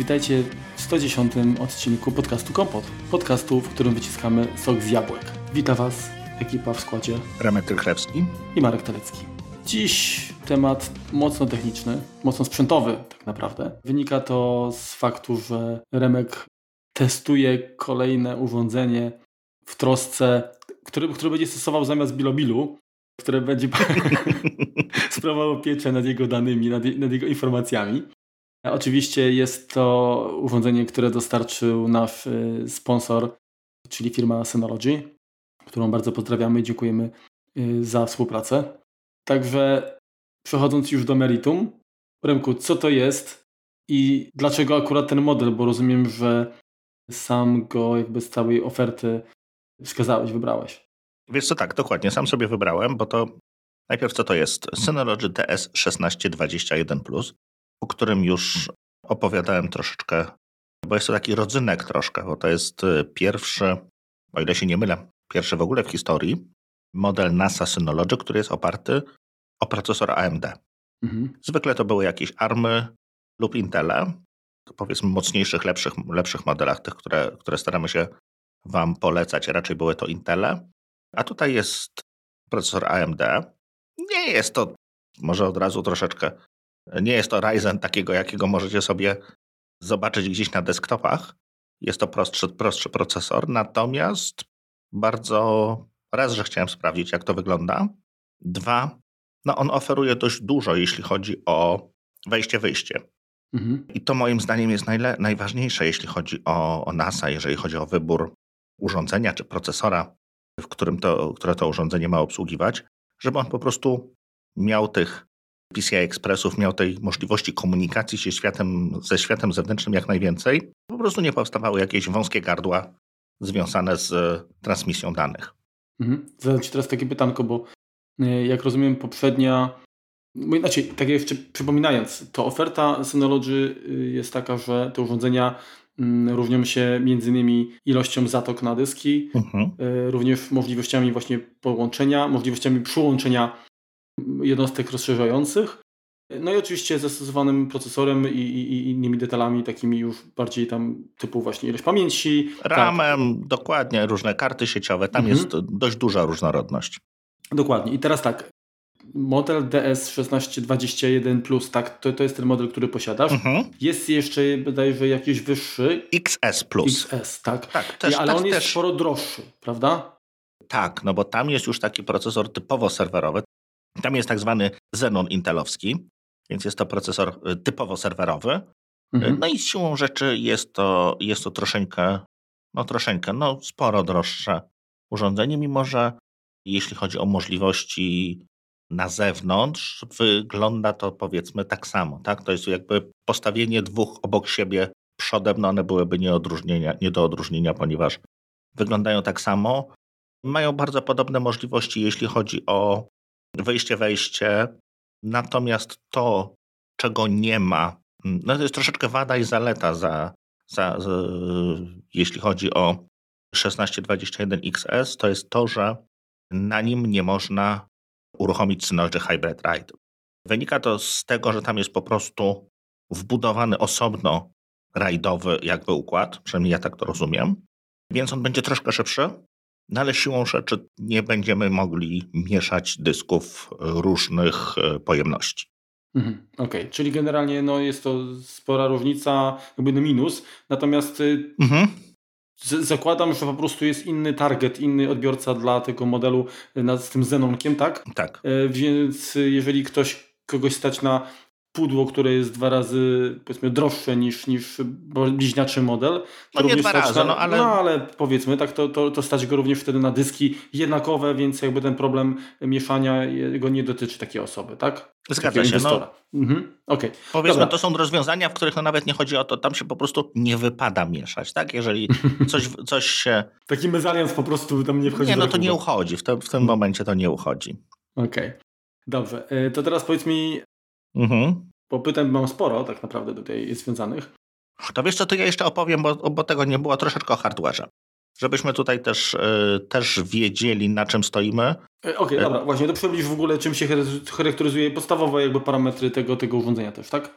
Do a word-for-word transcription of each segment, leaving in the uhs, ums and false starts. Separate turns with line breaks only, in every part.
Witajcie w sto dziesiątym odcinku podcastu Kompot. Podcastu, w którym wyciskamy sok z jabłek. Wita Was ekipa w składzie
Remek Tylchlewski
i Marek Telecki. Dziś temat mocno techniczny, mocno sprzętowy tak naprawdę. Wynika to z faktu, że Remek testuje kolejne urządzenie w trosce, które, które będzie stosował zamiast Bilobilu, które będzie sprawowało pieczę nad jego danymi, nad, nad jego informacjami. Oczywiście jest to urządzenie, które dostarczył nasz sponsor, czyli firma Synology, którą bardzo pozdrawiamy i dziękujemy za współpracę. Także przechodząc już do meritum, Remku, co to jest i dlaczego akurat ten model, bo rozumiem, że sam go jakby z całej oferty wskazałeś, wybrałeś.
Wiesz co, tak, dokładnie, sam sobie wybrałem, bo to najpierw co to jest? Synology D S szesnaście dwadzieścia jeden plus, o którym już opowiadałem troszeczkę, bo jest to taki rodzynek troszkę, bo to jest pierwszy, o ile się nie mylę, pierwszy w ogóle w historii model NASA Synology, który jest oparty o procesor A M D. Mhm. Zwykle to były jakieś ARMy lub Intele, to powiedzmy mocniejszych, lepszych, lepszych modelach, tych, które, które staramy się Wam polecać, raczej były to Intele. A tutaj jest procesor A M D. Nie jest to, może od razu troszeczkę, nie jest to Ryzen takiego, jakiego możecie sobie zobaczyć gdzieś na desktopach. Jest to prostszy, prostszy procesor, natomiast bardzo, raz, że chciałem sprawdzić, jak to wygląda. Dwa, no on oferuje dość dużo, jeśli chodzi o wejście-wyjście. Mhm. I to moim zdaniem jest najle- najważniejsze, jeśli chodzi o, o NASA, jeżeli chodzi o wybór urządzenia czy procesora, w którym to, które to urządzenie ma obsługiwać, żeby on po prostu miał tych P C I Expressów, miał tej możliwości komunikacji się światem, ze światem zewnętrznym jak najwięcej. Po prostu nie powstawały jakieś wąskie gardła związane z transmisją danych.
Mhm. Zadam Ci teraz takie pytanko, bo jak rozumiem poprzednia, znaczy tak jeszcze przypominając, to oferta Synology jest taka, że te urządzenia różnią się między innymi ilością zatok na dyski, mhm. również możliwościami właśnie połączenia, możliwościami przyłączenia jednostek rozszerzających, no i oczywiście zastosowanym procesorem i, i, i innymi detalami takimi już bardziej tam typu właśnie ilość pamięci.
ramem, tak. Dokładnie, różne karty sieciowe, tam mhm. jest dość duża różnorodność.
Dokładnie i teraz tak, model D S szesnaście dwadzieścia jeden plus, tak, to, to jest ten model, który posiadasz. Mhm. Jest jeszcze bodajże jakiś wyższy.
X S plus.
X S, tak.
tak też,
I, ale
też,
on jest
też.
sporo droższy, prawda?
Tak, no bo tam jest już taki procesor typowo serwerowy. Tam jest tak zwany Xenon intelowski, więc jest to procesor typowo serwerowy. Mhm. No i siłą rzeczy jest to, jest to troszeczkę, no troszeczkę, no sporo droższe urządzenie, mimo że jeśli chodzi o możliwości na zewnątrz, wygląda to powiedzmy tak samo, tak? To jest jakby postawienie dwóch obok siebie przodem, no one byłyby nie, odróżnienia, nie do odróżnienia, ponieważ wyglądają tak samo. Mają bardzo podobne możliwości, jeśli chodzi o wejście, wejście, natomiast to, czego nie ma, no to jest troszeczkę wada i zaleta, za, za, za, jeśli chodzi o szesnaście dwadzieścia jeden X S, to jest to, że na nim nie można uruchomić Synology Hybrid Write. Wynika to z tego, że tam jest po prostu wbudowany osobno rajdowy jakby układ, przynajmniej ja tak to rozumiem, więc on będzie troszkę szybszy, no ale siłą rzeczy nie będziemy mogli mieszać dysków różnych pojemności.
Mhm, Okej, okay. Czyli generalnie no, jest to spora różnica, jakby no minus, natomiast mhm. z- zakładam, że po prostu jest inny target, inny odbiorca dla tego modelu nad, z tym Xenonkiem, tak?
Tak.
E, więc jeżeli ktoś, kogoś stać na pudło, które jest dwa razy powiedzmy droższe niż, niż bliźniaczy model.
No nie dwa razy,
na,
no ale...
No ale powiedzmy, tak to, to, to stać go również wtedy na dyski jednakowe, więc jakby ten problem mieszania go nie dotyczy takiej osoby, tak?
Zgadza się. No,
mhm. okay.
Powiedzmy, Dobra. To są rozwiązania, w których no nawet nie chodzi o to, tam się po prostu nie wypada mieszać, tak? Jeżeli coś, coś się...
Taki mezalians po prostu tam nie wchodzi.
Nie, no to nie uchodzi, w, te, w tym momencie to nie uchodzi.
Okej, okay. Dobrze. To teraz powiedz mi, mhm. bo pytań mam sporo tak naprawdę tutaj jest związanych.
To wiesz co, to ja jeszcze opowiem, bo, bo tego nie było, troszeczkę o hardware'ze. Żebyśmy tutaj też, y, też wiedzieli, na czym stoimy.
Okej, okay, dobra, właśnie, to przybliż w ogóle, czym się charakteryzuje podstawowe jakby parametry tego, tego urządzenia też, tak?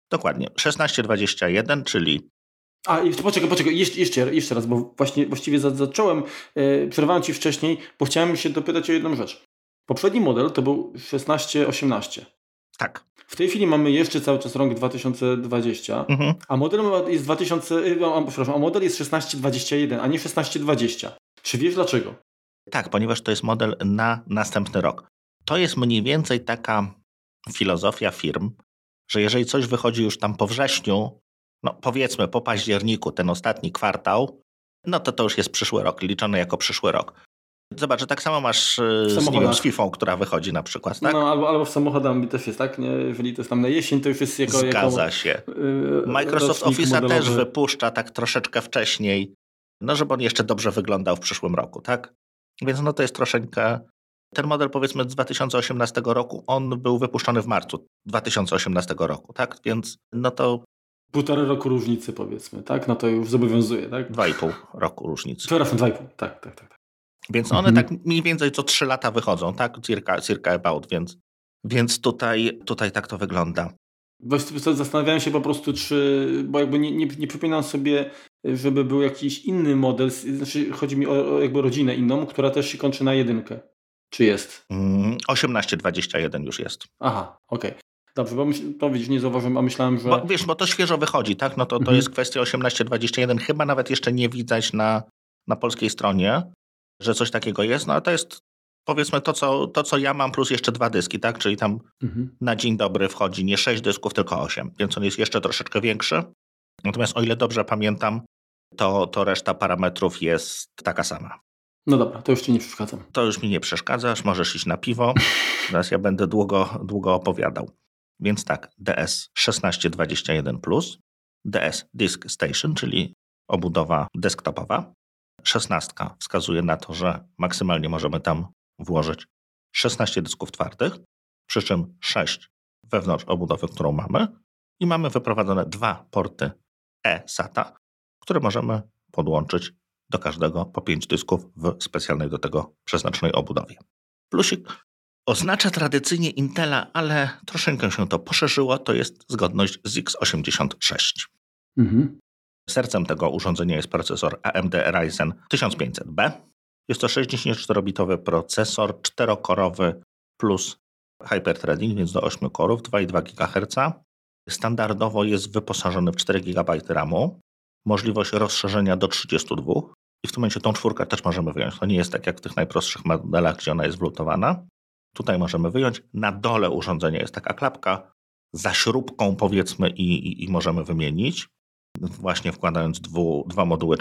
Dokładnie. szesnaście dwadzieścia jeden, czyli...
A, poczekaj, poczekaj, jeszcze, jeszcze, jeszcze raz, bo właśnie właściwie zacząłem, yy, przerwałem Ci wcześniej, bo chciałem się dopytać o jedną rzecz. Poprzedni model to był szesnaście osiemnaście.
Tak.
W tej chwili mamy jeszcze cały czas rok dwa tysiące dwudziesty, mhm. a model jest dwa tysiące, a, przepraszam, a model jest szesnaście dwadzieścia jeden, a nie szesnaście dwadzieścia. Czy wiesz dlaczego?
Tak, ponieważ to jest model na następny rok. To jest mniej więcej taka filozofia firm, że jeżeli coś wychodzi już tam po wrześniu, no powiedzmy po październiku, ten ostatni kwartał, no to to już jest przyszły rok, liczony jako przyszły rok. Zobacz, że tak samo masz z, nie wiem, z Fifą, która wychodzi na przykład, tak?
No, albo, albo w samochodach też jest, tak? Nie? Jeżeli to jest tam na jesień, to już jest jako...
Zgadza
jako,
się. Yy, Microsoft Office'a modelowy. Też wypuszcza tak troszeczkę wcześniej, no żeby on jeszcze dobrze wyglądał w przyszłym roku, tak? Więc no to jest troszeczkę... Ten model powiedzmy z dwa tysiące osiemnastego roku, on był wypuszczony w marcu dwa tysiące osiemnastego roku, tak? Więc no to...
Półtora roku różnicy powiedzmy, tak? No to już zobowiązuje, tak?
Dwa i pół roku różnicy.
Przepraszam, dwa i pół, tak, tak, tak.
Więc one mhm. tak mniej więcej co trzy lata wychodzą, tak? Circa, circa about, więc, więc tutaj, tutaj tak to wygląda.
Właściwie zastanawiałem się po prostu, czy, bo jakby nie, nie, nie przypominam sobie, żeby był jakiś inny model, znaczy chodzi mi o, o jakby rodzinę inną, która też się kończy na jedynkę. Czy jest?
Mm, osiemnaście dwadzieścia jeden już jest.
Aha, okej. Okay. Dobrze, bo myśl, to widzisz, nie zauważyłem, a myślałem, że...
Bo, wiesz, bo to świeżo wychodzi, tak? No to, to mhm. jest kwestia osiemnaście dwadzieścia jeden. Chyba nawet jeszcze nie widać na, na polskiej stronie, że coś takiego jest. No ale to jest, powiedzmy, to co, to, co ja mam, plus jeszcze dwa dyski, tak? Czyli tam mhm. na dzień dobry wchodzi nie sześć dysków, tylko osiem. Więc on jest jeszcze troszeczkę większy. Natomiast o ile dobrze pamiętam, to, to reszta parametrów jest taka sama.
No dobra, to już Ci nie przeszkadzam.
To już mi nie przeszkadzasz, możesz iść na piwo. Teraz ja będę długo, długo opowiadał. Więc tak, D S szesnaście dwadzieścia jeden plus, D S Disk Station, czyli obudowa desktopowa. szesnastka wskazuje na to, że maksymalnie możemy tam włożyć szesnaście dysków twardych, przy czym sześć wewnątrz obudowy, którą mamy, i mamy wyprowadzone dwa porty eSATA, które możemy podłączyć do każdego po pięć dysków w specjalnej do tego przeznaczonej obudowie. Plusik oznacza tradycyjnie Intela, ale troszeczkę się to poszerzyło, to jest zgodność z X osiemdziesiąt sześć. Mhm. Sercem tego urządzenia jest procesor A M D Ryzen tysiąc pięćset B. Jest to sześćdziesięcioczterobitowy procesor, czterokorowy plus hyperthreading, więc do ośmiu korów, dwa i dwa gigaherca. Standardowo jest wyposażony w cztery gigabajty ramu, możliwość rozszerzenia do trzydziestu dwóch i w tym momencie tą czwórkę też możemy wyjąć. To nie jest tak jak w tych najprostszych modelach, gdzie ona jest wlutowana. Tutaj możemy wyjąć. Na dole urządzenia jest taka klapka za śrubką, powiedzmy, i, i, i możemy wymienić. Właśnie wkładając dwu, dwa moduły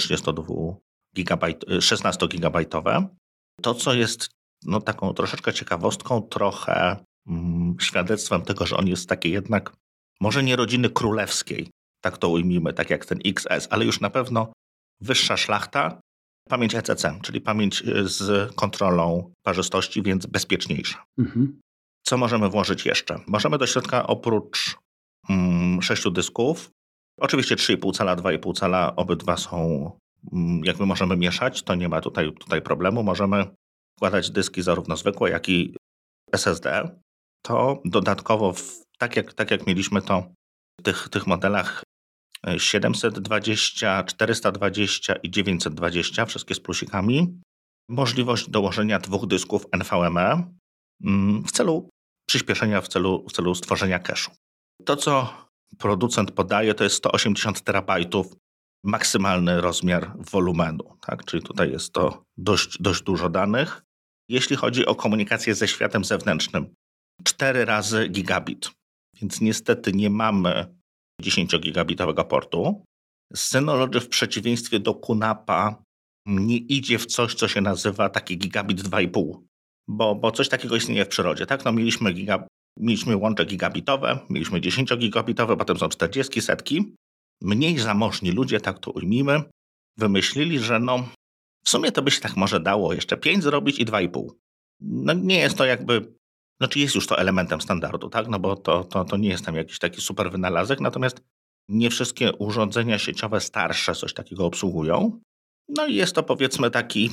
szesnastogigabajtowe. To, co jest no, taką troszeczkę ciekawostką, trochę mm, świadectwem tego, że on jest taki jednak może nie rodziny królewskiej, tak to ujmijmy, tak jak ten X S, ale już na pewno wyższa szlachta, pamięć E C C, czyli pamięć z kontrolą parzystości, więc bezpieczniejsza. Mhm. Co możemy włożyć jeszcze? Możemy do środka oprócz mm, sześciu dysków, oczywiście trzy i pół cala, dwa i pół cala, obydwa są, mm, jakby możemy mieszać, to nie ma tutaj, tutaj problemu. Możemy wkładać dyski zarówno zwykłe, jak i S S D. To dodatkowo, w, tak, jak, tak jak mieliśmy to w tych, tych modelach siedemset dwadzieścia, czterysta dwadzieścia i dziewięćset dwadzieścia, wszystkie z plusikami, możliwość dołożenia dwóch dysków N V M E w celu przyspieszenia, w celu, w celu stworzenia cache'u. To, co producent podaje, to jest sto osiemdziesiąt terabajtów, maksymalny rozmiar wolumenu, tak? Czyli tutaj jest to dość, dość dużo danych. Jeśli chodzi o komunikację ze światem zewnętrznym, cztery razy gigabit, więc niestety nie mamy dziesięciogigabitowego portu. Synology w przeciwieństwie do QNAPa nie idzie w coś, co się nazywa taki gigabit dwa i pół, bo, bo coś takiego istnieje w przyrodzie. Tak? No mieliśmy, giga, mieliśmy łącze gigabitowe, mieliśmy dziesięciogigabitowe, potem są czterdzieści, setki. Mniej zamożni ludzie, tak to ujmijmy, wymyślili, że no w sumie to by się tak może dało jeszcze pięć zrobić i dwa i pół. No nie jest to jakby, znaczy jest już to elementem standardu, tak? No bo to, to, to nie jest tam jakiś taki super wynalazek, natomiast nie wszystkie urządzenia sieciowe starsze coś takiego obsługują. No i jest to powiedzmy taki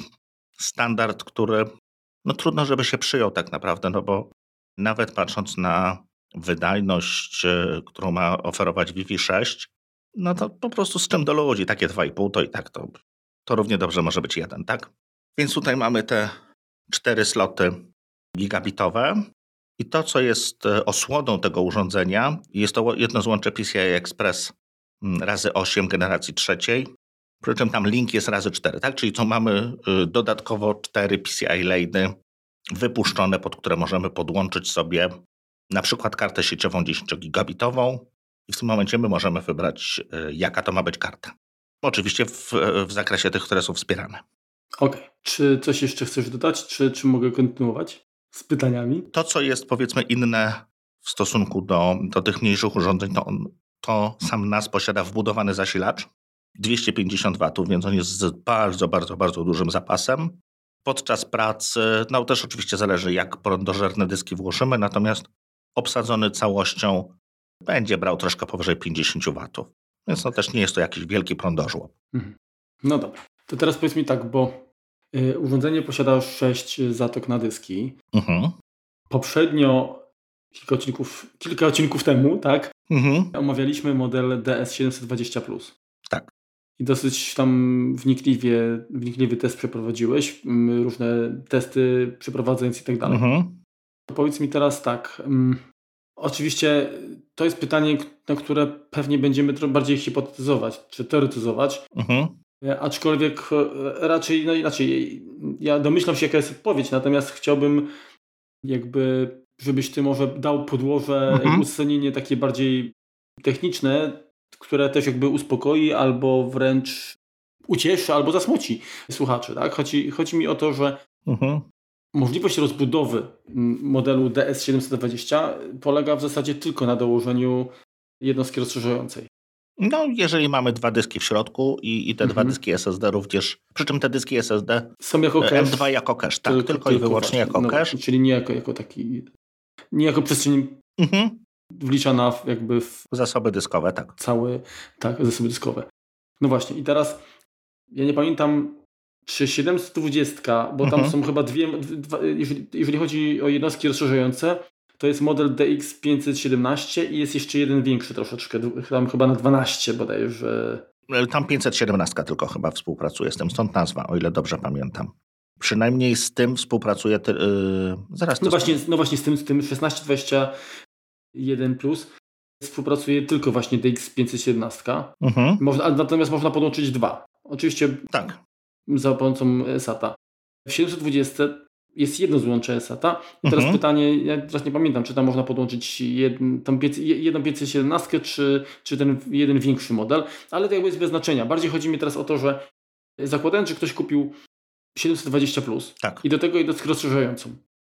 standard, który no trudno, żeby się przyjął tak naprawdę, no bo nawet patrząc na wydajność, którą ma oferować Wi-Fi sześć, no to po prostu z czym do ludzi, takie dwa i pół, to i tak to, to równie dobrze może być jeden, tak? Więc tutaj mamy te cztery sloty gigabitowe i to, co jest osłoną tego urządzenia, jest to jedno złącze P C I Express razy osiem generacji trzeciej, przy czym tam link jest razy cztery, tak? Czyli co mamy dodatkowo cztery P C I lane'y wypuszczone, pod które możemy podłączyć sobie na przykład kartę sieciową dziesięciogigabitową i w tym momencie my możemy wybrać, jaka to ma być karta. Oczywiście w, w zakresie tych, które są wspierane.
Okej. Okay. Czy coś jeszcze chcesz dodać, czy, czy mogę kontynuować z pytaniami?
To, co jest powiedzmy inne w stosunku do, do tych mniejszych urządzeń, to, on, to sam N A S posiada wbudowany zasilacz dwieście pięćdziesiąt watów, więc on jest z bardzo, bardzo, bardzo dużym zapasem. Podczas pracy, no też oczywiście zależy, jak prądożerne dyski włożymy, natomiast obsadzony całością będzie brał troszkę powyżej pięćdziesiąt watów. Więc no też nie jest to jakiś wielki prądożłop.
Mhm. No dobra. To teraz powiedz mi tak, bo y, urządzenie posiada sześć zatok na dyski.
Mhm.
Poprzednio, kilka odcinków, kilka odcinków temu, tak,
mhm.
omawialiśmy model D S siedemset dwadzieścia plus.
Tak.
I dosyć tam wnikliwie, wnikliwy test przeprowadziłeś, różne testy przeprowadzając i tak dalej.
Mhm.
Powiedz mi teraz tak, um, oczywiście to jest pytanie, na które pewnie będziemy trochę bardziej hipotetyzować, czy teoretyzować,
mhm.
aczkolwiek raczej, no inaczej, ja domyślam się, jaka jest odpowiedź, natomiast chciałbym jakby, żebyś ty może dał podłoże,
mhm.
uzasadnienie takie bardziej techniczne, które też jakby uspokoi albo wręcz ucieszy albo zasmuci słuchaczy. Tak? Chodzi, chodzi mi o to, że
mhm.
możliwość rozbudowy modelu D S siedemset dwadzieścia polega w zasadzie tylko na dołożeniu jednostki rozszerzającej.
No, jeżeli mamy dwa dyski w środku i, i te mhm. dwa dyski S S D również, przy czym te dyski S S D
są jako cache.
M dwa jako cache, tak, tylko, tylko i wyłącznie jako
no,
cache.
Czyli nie jako, jako taki, nie jako przestrzeń mhm. wliczana w jakby w
zasoby dyskowe, tak.
Całe, tak, zasoby dyskowe. No właśnie i teraz ja nie pamiętam, czy siedemset dwadzieścia, bo tam mhm. są chyba dwie, dwa, jeżeli, jeżeli chodzi o jednostki rozszerzające, to jest model D X pięćset siedemnaście i jest jeszcze jeden większy troszeczkę, tam chyba na dwanaście bodajże.
Tam pięćset siedemnaście tylko chyba współpracuje z tym, stąd nazwa, o ile dobrze pamiętam. Przynajmniej z tym współpracuje, ty, yy, zaraz
no właśnie, no właśnie z tym, z tym szesnaście dwadzieścia jeden plus współpracuje tylko właśnie D X pięćset siedemnaście. Mhm. Można, natomiast można podłączyć dwa. Oczywiście
tak.
za pomocą SATA. W siedemset dwadzieścia jest jedno złącze SATA. I teraz
mhm.
pytanie, ja teraz nie pamiętam, czy tam można podłączyć jedn, tam pięć, jedną pięćset siedemnaście, czy, czy ten jeden większy model, ale to jakby jest bez znaczenia. Bardziej chodzi mi teraz o to, że zakładając, że ktoś kupił siedemset dwadzieścia plus
tak.
i do tego jednostkę rozszerzającą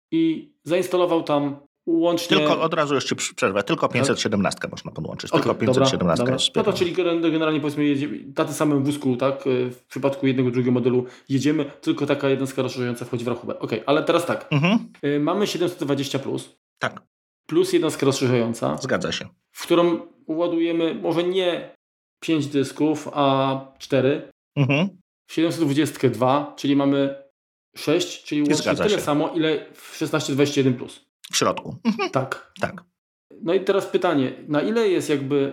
i zainstalował tam łącznie...
Tylko od razu jeszcze przerwę, tylko pięćset siedemnaście tak? Można podłączyć, okay, tylko pięćset siedemnaście
dobra,
jest
dobra. No to czyli generalnie powiedzmy jedziemy, na tym samym wózku, tak, w przypadku jednego, drugiego modelu jedziemy, tylko taka jednostka rozszerzająca wchodzi w rachubę. Okej, okay, ale teraz tak, mhm. y, mamy siedemset dwadzieścia plus,
tak.
plus jednostka rozszerzająca.
Zgadza się.
W którą ładujemy może nie pięć dysków, a cztery. Mhm. W siedemset dwadzieścia dwa, czyli mamy sześć, czyli łącznie tyle się. samo, ile w szesnaście dwadzieścia jeden plus.
W środku. Mhm.
Tak.
Tak.
No i teraz pytanie, na ile jest jakby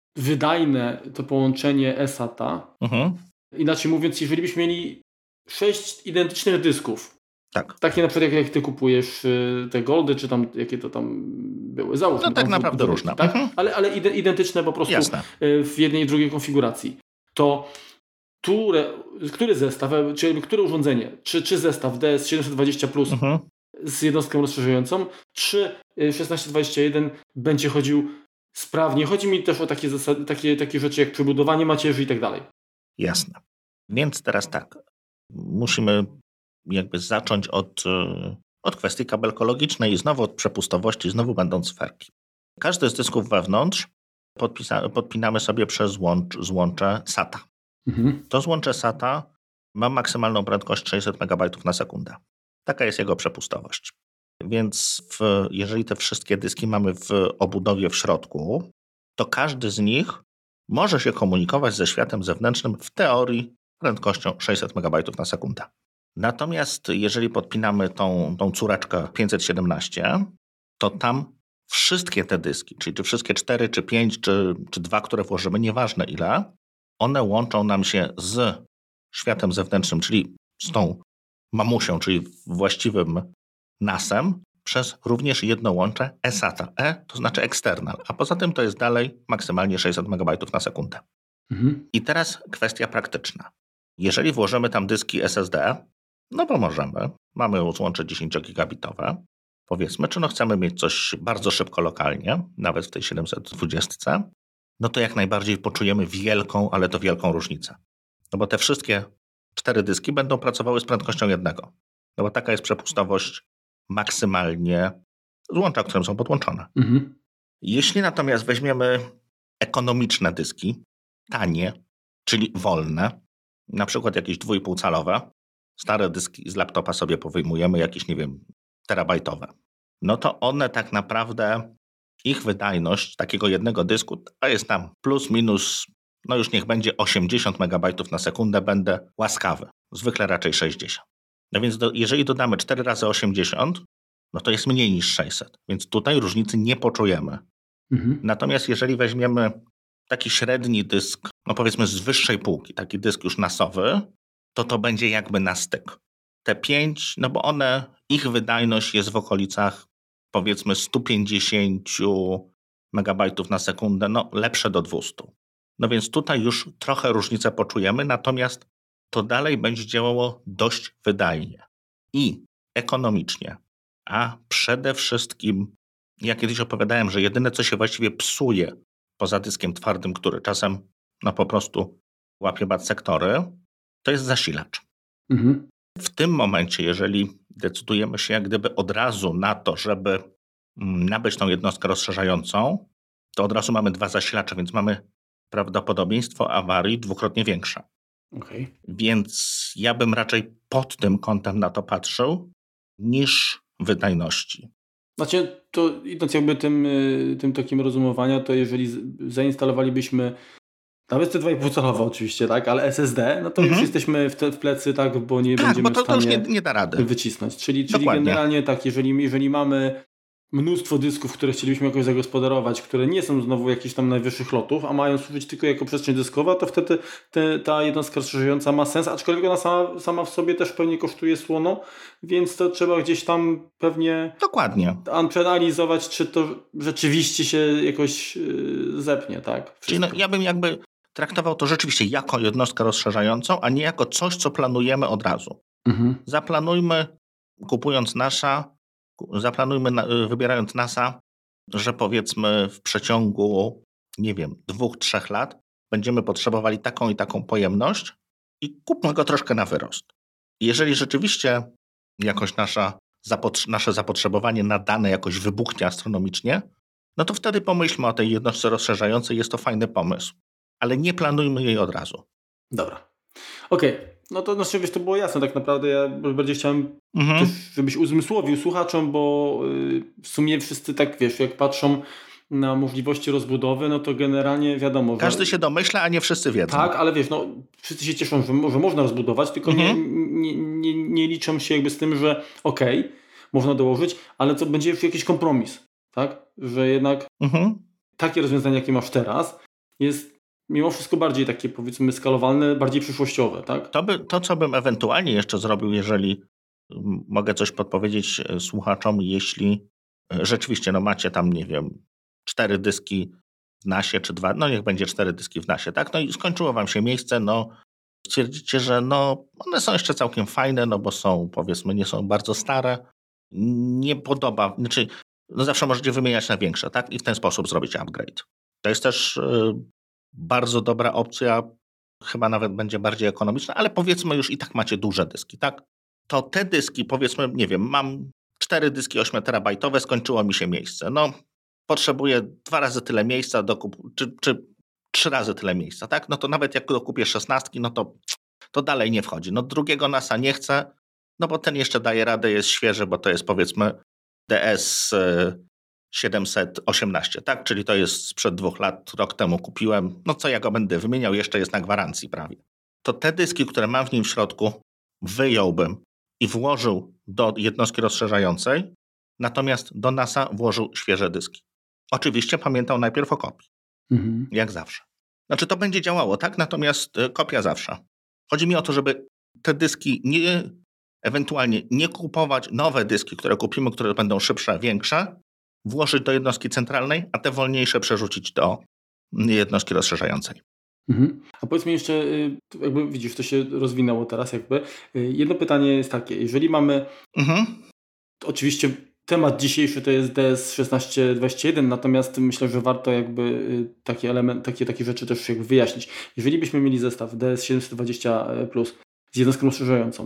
wydajne to połączenie SATA? Mhm. Inaczej mówiąc, jeżeli byśmy mieli sześć identycznych dysków,
tak.
takie na przykład jak, jak ty kupujesz te Goldy, czy tam jakie to tam były, załóżmy.
No tak
tam,
naprawdę
w,
różne.
Tak?
Mhm.
Ale, ale identyczne po prostu Jasne. w jednej i drugiej konfiguracji. To które, który zestaw, czyli które urządzenie, czy, czy zestaw D S siedemset dwadzieścia plus mhm. z jednostką rozszerzającą, czy szesnaście dwadzieścia jeden będzie chodził sprawnie. Chodzi mi też o takie, zasady, takie, takie rzeczy jak przebudowanie macierzy i tak dalej.
Jasne. Więc teraz tak, musimy jakby zacząć od, od kwestii kabelkologicznej i znowu od przepustowości, znowu będą sferki. Każdy z dysków wewnątrz podpisa- podpinamy sobie przez złącz, złącze SATA. Mhm. To złącze SATA ma maksymalną prędkość sześćset megabajtów na sekundę. Taka jest jego przepustowość. Więc w, jeżeli te wszystkie dyski mamy w obudowie w środku, to każdy z nich może się komunikować ze światem zewnętrznym w teorii prędkością sześćset megabajtów na sekundę. Natomiast jeżeli podpinamy tą, tą córeczkę pięćset siedemnaście, to tam wszystkie te dyski, czyli czy wszystkie cztery, czy pięć, czy, czy dwa, które włożymy, nieważne ile, one łączą nam się z światem zewnętrznym, czyli z tą mamusią, czyli właściwym nasem, przez również jedno łącze eSATA. E to znaczy external, a poza tym to jest dalej maksymalnie sześćset megabajtów na sekundę. Mhm. I teraz kwestia praktyczna. Jeżeli włożymy tam dyski S S D, no bo możemy, mamy łącze dziesięciogigabitowe, powiedzmy, czy no chcemy mieć coś bardzo szybko lokalnie, nawet w tej siedemset dwadzieścia, no to jak najbardziej poczujemy wielką, ale to wielką różnicę. No bo te wszystkie cztery dyski będą pracowały z prędkością jednego. No bo taka jest przepustowość maksymalnie złącza, którym są podłączone. Mhm. Jeśli natomiast weźmiemy ekonomiczne dyski, tanie, czyli wolne, na przykład jakieś dwójpółcalowe, stare dyski z laptopa sobie powyjmujemy, jakieś, nie wiem, terabajtowe, no to one tak naprawdę, ich wydajność takiego jednego dysku, to jest tam plus minus, no już niech będzie osiemdziesiąt megabajtów na sekundę, będę łaskawy, zwykle raczej sześćdziesiąt. No więc do, jeżeli dodamy cztery razy osiemdziesiąt, no to jest mniej niż sześćset, więc tutaj różnicy nie poczujemy. Mhm. Natomiast jeżeli weźmiemy taki średni dysk, no powiedzmy z wyższej półki, taki dysk już nasowy, to to będzie jakby na styk. Te pięć, no bo one, ich wydajność jest w okolicach powiedzmy sto pięćdziesiąt megabajtów na sekundę, no lepsze do dwieście. No więc tutaj już trochę różnicę poczujemy, natomiast to dalej będzie działało dość wydajnie i ekonomicznie. A przede wszystkim, ja kiedyś opowiadałem, że jedyne co się właściwie psuje poza dyskiem twardym, który czasem no po prostu łapie bad sektory, to jest zasilacz. Mhm. W tym momencie, jeżeli decydujemy się jak gdyby od razu na to, żeby nabyć tą jednostkę rozszerzającą, to od razu mamy dwa zasilacze, więc mamy prawdopodobieństwo awarii dwukrotnie większe. Okay. Więc ja bym raczej pod tym kątem na to patrzył niż wydajności.
Znaczy, to idąc jakby tym, tym takim rozumowania, to jeżeli zainstalowalibyśmy nawet te dwa i pół calowe oczywiście, tak, ale S S D, no to mhm. już jesteśmy w, te, w plecy, tak, bo nie tak, będziemy
bo to,
w stanie
to już nie, nie da rady
wycisnąć. Czyli, czyli generalnie tak, jeżeli, jeżeli mamy mnóstwo dysków, które chcielibyśmy jakoś zagospodarować, które nie są znowu jakichś tam najwyższych lotów, a mają służyć tylko jako przestrzeń dyskowa, to wtedy te, ta jednostka rozszerzająca ma sens, aczkolwiek ona sama, sama w sobie też pewnie kosztuje słono, więc to trzeba gdzieś tam pewnie
dokładnie
przeanalizować, czy to rzeczywiście się jakoś yy, zepnie, tak?
Czyli no, ja bym jakby traktował to rzeczywiście jako jednostkę rozszerzającą, a nie jako coś, co planujemy od razu. Mhm. Zaplanujmy, kupując nasza, zaplanujmy, wybierając NASA, że powiedzmy w przeciągu, nie wiem, dwóch, trzech lat będziemy potrzebowali taką i taką pojemność i kupmy go troszkę na wyrost. Jeżeli rzeczywiście jakoś nasza, zapotrze- nasze zapotrzebowanie na dane jakoś wybuchnie astronomicznie, no to wtedy pomyślmy o tej jednostce rozszerzającej, jest to fajny pomysł. Ale nie planujmy jej od razu.
Dobra. Okej. Okay. No to znaczy, wiesz, to było jasne tak naprawdę. Ja bardziej chciałem mhm. też, żebyś uzmysłowił słuchaczom, bo w sumie wszyscy tak, wiesz, jak patrzą na możliwości rozbudowy, no to generalnie wiadomo,
każdy
że...
się domyśla, a nie wszyscy wiedzą.
Tak, ale wiesz, no wszyscy się cieszą, że, że można rozbudować, tylko mhm. nie, nie, nie, nie liczą się jakby z tym, że okej, okay, można dołożyć, ale to będzie już jakiś kompromis, tak? Że jednak mhm. takie rozwiązanie, jakie masz teraz, jest mimo wszystko bardziej takie, powiedzmy, skalowalne, bardziej przyszłościowe, tak?
To, by, to co bym ewentualnie jeszcze zrobił, jeżeli mogę coś podpowiedzieć słuchaczom, jeśli rzeczywiście no macie tam, nie wiem, cztery dyski w nasie, czy dwa, no niech będzie cztery dyski w nasie, tak? No i skończyło wam się miejsce, no stwierdzicie, że no one są jeszcze całkiem fajne, no bo są, powiedzmy, nie są bardzo stare, nie podoba, znaczy no zawsze możecie wymieniać na większe, tak? I w ten sposób zrobić upgrade. To jest też yy, bardzo dobra opcja, chyba nawet będzie bardziej ekonomiczna, ale powiedzmy już i tak macie duże dyski, tak? To te dyski, powiedzmy, nie wiem, mam cztery dyski ośmioterabajtowe, skończyło mi się miejsce. No, potrzebuję dwa razy tyle miejsca, dokup, czy, czy trzy razy tyle miejsca, tak? No to nawet jak dokupię szesnastki, no to, to dalej nie wchodzi. No drugiego NASA nie chcę, no bo ten jeszcze daje radę, jest świeży, bo to jest powiedzmy D S siedemset osiemnaście, tak? Czyli to jest sprzed dwóch lat, rok temu kupiłem. No co ja go będę wymieniał, jeszcze jest na gwarancji prawie. To te dyski, które mam w nim w środku, wyjąłbym i włożył do jednostki rozszerzającej, natomiast do NASA włożył świeże dyski. oczywiście pamiętał najpierw o kopii.
Mhm.
Jak zawsze. Znaczy to będzie działało, tak? Natomiast kopia zawsze. Chodzi mi o to, żeby te dyski nie, ewentualnie nie kupować nowe dyski, które kupimy, które będą szybsze, większe, włożyć do jednostki centralnej, a te wolniejsze przerzucić do jednostki rozszerzającej.
Mhm. A powiedz mi jeszcze, jakby widzisz, to się rozwinęło teraz jakby. Jedno pytanie jest takie, jeżeli mamy,
Mhm.
oczywiście temat dzisiejszy to jest D S szesnaście dwadzieścia jeden, natomiast myślę, że warto jakby takie element, takie, takie rzeczy też jakby wyjaśnić. Jeżeli byśmy mieli zestaw D S siedemset dwadzieścia plus z jednostką rozszerzającą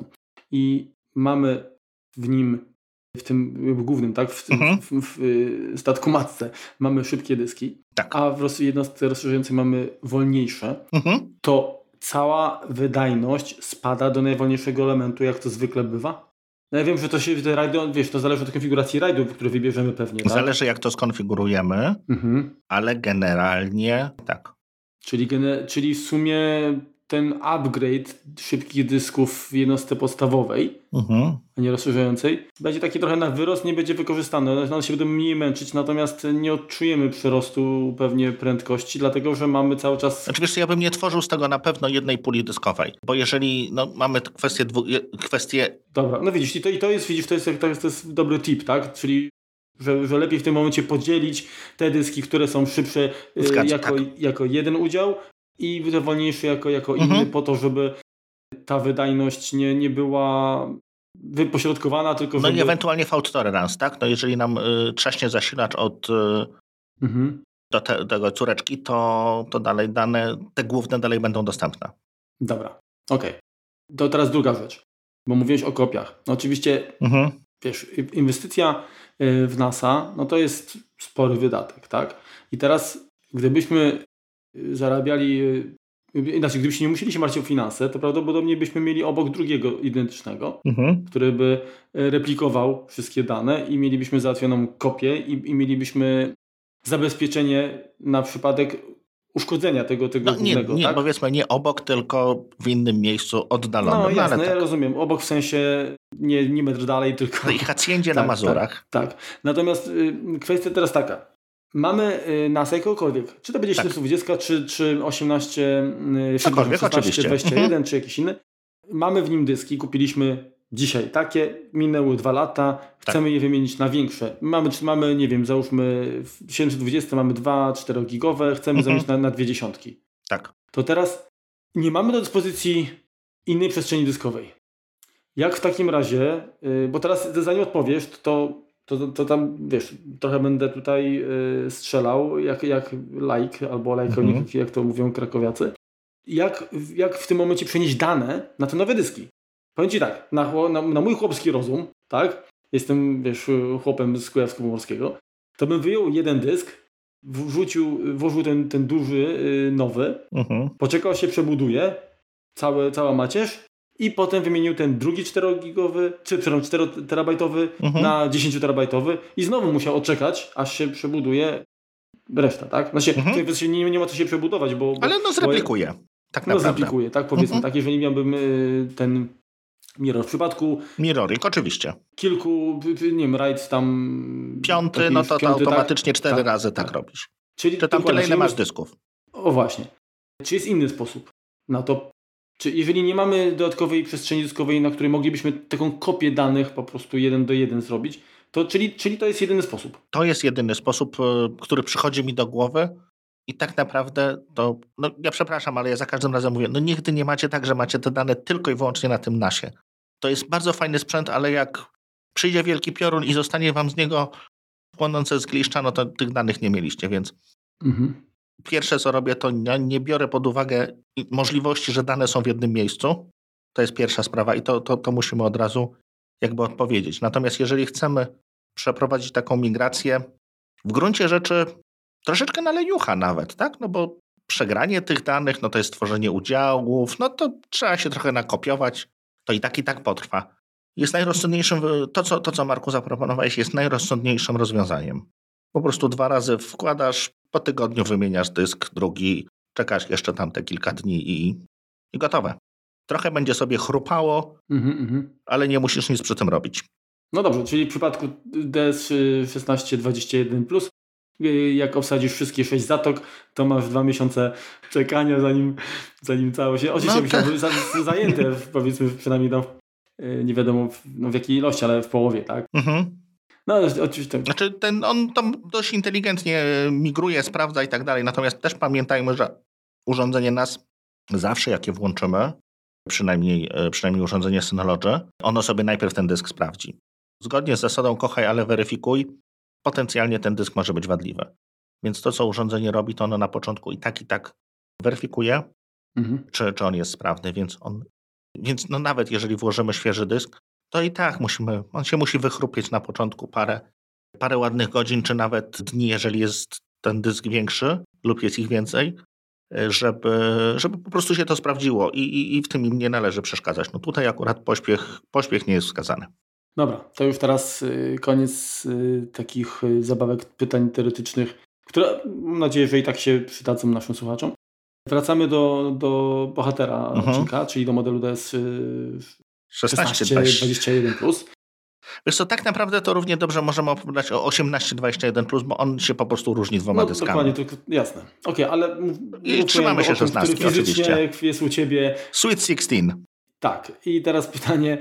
i mamy w nim, w tym głównym, tak, w,
mhm.
w, w, w statku matce mamy szybkie dyski,
tak.
a w jednostce rozszerzającej mamy wolniejsze,
mhm.
to cała wydajność spada do najwolniejszego elementu, jak to zwykle bywa? No ja wiem, że to się, te rajdy, wiesz, to zależy od konfiguracji rajdów, które wybierzemy pewnie, tak?
Zależy jak to skonfigurujemy,
mhm.
ale generalnie tak.
Czyli, gene, czyli w sumie ten upgrade szybkich dysków w jednostce podstawowej,
mhm.
a nie rozszerzającej, będzie taki trochę na wyrost, nie będzie wykorzystany. One się będą mniej męczyć, natomiast nie odczujemy przyrostu pewnie prędkości, dlatego że mamy cały czas...
Znaczy wiesz, ja bym nie tworzył z tego na pewno jednej puli dyskowej, bo jeżeli no, mamy kwestię... Dwu, kwestię...
Dobra, no widzisz, i to, i to jest, widzisz, to jest, to jest, to jest dobry tip, tak? Czyli że, że lepiej w tym momencie podzielić te dyski, które są szybsze
Zgadza,
jako,
tak.
jako jeden udział i te wolniejsze jako, jako
mhm.
inny, po to, żeby ta wydajność nie, nie była wypośrodkowana, tylko
No
żeby...
i ewentualnie fault tolerance, tak? No jeżeli nam y, trzaśnie zasilacz od y,
mhm.
do te, tego córeczki, to, to dalej dane, te główne dalej będą dostępne.
Dobra, okej. Okay. To teraz druga rzecz, bo mówiłeś o kopiach. No oczywiście, mhm. wiesz, inwestycja w NASA, no to jest spory wydatek, tak? I teraz, gdybyśmy zarabiali, inaczej, gdybyśmy nie musieli się martwić o finanse, to prawdopodobnie byśmy mieli obok drugiego identycznego, mhm. który by replikował wszystkie dane i mielibyśmy załatwioną kopię i, i mielibyśmy zabezpieczenie na przypadek uszkodzenia tego, tego
no,
głównego.
Nie, nie
tak?
powiedzmy nie obok, tylko w innym miejscu oddalonym.
No jasne,
no, ale
ja
tak.
rozumiem. Obok w sensie nie, nie metr dalej, tylko...
No i Hacjendzie
tak,
na Mazurach.
Tak, tak. Natomiast y, kwestia teraz taka. Mamy y, NASA jakiegokolwiek. Czy to będzie siedemset dwadzieścia, czy, czy osiemnaście, y, szesnaście dwadzieścia jeden, czy jakiś inny. Mamy w nim dyski, kupiliśmy dzisiaj takie, minęły dwa lata, chcemy tak. je wymienić na większe. Mamy, czy mamy, nie wiem, załóżmy w siedemset dwadzieścia mamy dwa cztero gigowe, chcemy mhm. zamienić na, na dwie dziesiątki.
Tak.
To teraz nie mamy do dyspozycji innej przestrzeni dyskowej. Jak w takim razie, yy, bo teraz zanim odpowiesz, to, to, to tam, wiesz, trochę będę tutaj yy, strzelał, jak, jak laik, albo lajkownik, mhm. jak to mówią krakowiacy. Jak, jak w tym momencie przenieść dane na te nowe dyski? Powiem Ci tak, na, na, na mój chłopski rozum, tak, jestem, wiesz, chłopem z Kujawsko-Pomorskiego, to bym wyjął jeden dysk, wrzucił, włożył ten, ten duży, yy, nowy, mhm. poczekał się, przebuduje, całe, cała macierz i potem wymienił ten drugi czterogigowy, czy przepraszam, cztero terabajtowy mhm. na dziesięć terabajtowy i znowu musiał odczekać, aż się przebuduje reszta, tak? Znaczy, mhm. tutaj nie, nie ma co się przebudować, bo...
Ale no zreplikuje, bo, tak naprawdę.
No zreplikuje, tak, powiedzmy, mhm. tak, jeżeli miałbym yy, ten mirror w przypadku...
Mirroring, oczywiście.
Kilku, nie wiem, rajd tam...
Piąty, taki, no to, to automatycznie tak, cztery tak, razy tak, tak robisz. Czyli to tam tyle, ile masz dysków.
O właśnie. Czy jest inny sposób na to? Czy jeżeli nie mamy dodatkowej przestrzeni dyskowej, na której moglibyśmy taką kopię danych po prostu jeden do jeden zrobić, to czyli, czyli to jest jedyny sposób?
To jest jedyny sposób, który przychodzi mi do głowy i tak naprawdę to, no ja przepraszam, ale ja za każdym razem mówię, no nigdy nie macie tak, że macie te dane tylko i wyłącznie na tym nasie. To jest bardzo fajny sprzęt, ale jak przyjdzie wielki piorun i zostanie wam z niego płonące zgliszcza, no to tych danych nie mieliście, więc mhm. pierwsze co robię, to ja nie biorę pod uwagę możliwości, że dane są w jednym miejscu. To jest pierwsza sprawa i to, to, to musimy od razu jakby odpowiedzieć. Natomiast jeżeli chcemy przeprowadzić taką migrację, w gruncie rzeczy troszeczkę na leniucha nawet, tak? No bo przegranie tych danych, no to jest tworzenie udziałów, no to trzeba się trochę nakopiować, to i tak i tak potrwa. Jest najrozsądniejszym, to co, to co Marku zaproponowałeś, jest najrozsądniejszym rozwiązaniem. Po prostu dwa razy wkładasz, po tygodniu wymieniasz dysk, drugi, czekasz jeszcze tam te kilka dni i, i gotowe. Trochę będzie sobie chrupało, mm-hmm. ale nie musisz nic przy tym robić.
No dobrze, czyli w przypadku D S szesnaście dwadzieścia jeden plus Jak obsadzisz wszystkie sześć zatok, to masz dwa miesiące czekania, zanim, zanim cało się... Oczywiście no to... za, zajęte, powiedzmy, przynajmniej tam, nie wiadomo w, no w jakiej ilości, ale w połowie, tak? Mhm. No oczywiście.
Znaczy ten, on tam dość inteligentnie migruje, sprawdza i tak dalej, natomiast też pamiętajmy, że urządzenie N A S zawsze jak je włączymy, przynajmniej, przynajmniej urządzenie Synology, ono sobie najpierw ten dysk sprawdzi. Zgodnie z zasadą kochaj, ale weryfikuj, potencjalnie ten dysk może być wadliwy. Więc to, co urządzenie robi, to ono na początku i tak, i tak weryfikuje, mhm. czy, czy on jest sprawny, więc on, więc no nawet jeżeli włożymy świeży dysk, to i tak musimy, on się musi wychrupieć na początku parę, parę ładnych godzin, czy nawet dni, jeżeli jest ten dysk większy lub jest ich więcej, żeby, żeby po prostu się to sprawdziło i, i, i w tym im nie należy przeszkadzać. No tutaj akurat pośpiech, pośpiech nie jest wskazany.
Dobra, to już teraz y, koniec y, takich y, zabawek, pytań teoretycznych, które mam nadzieję, że i tak się przydadzą naszym słuchaczom. Wracamy do, do bohatera mhm. odcinka, czyli do modelu D S y, szesnaście dwadzieścia jeden plus.
Wiesz co, tak naprawdę to równie dobrze możemy opowiadać o osiemnaście dwadzieścia jeden plus, bo on się po prostu różni dwoma no, dyskami.
Dokładnie, tylko jasne. Okej, okay, ale...
I trzymamy się szesnastki oczywiście.
Jest u Ciebie...
Sweet szesnaście.
Tak. I teraz pytanie,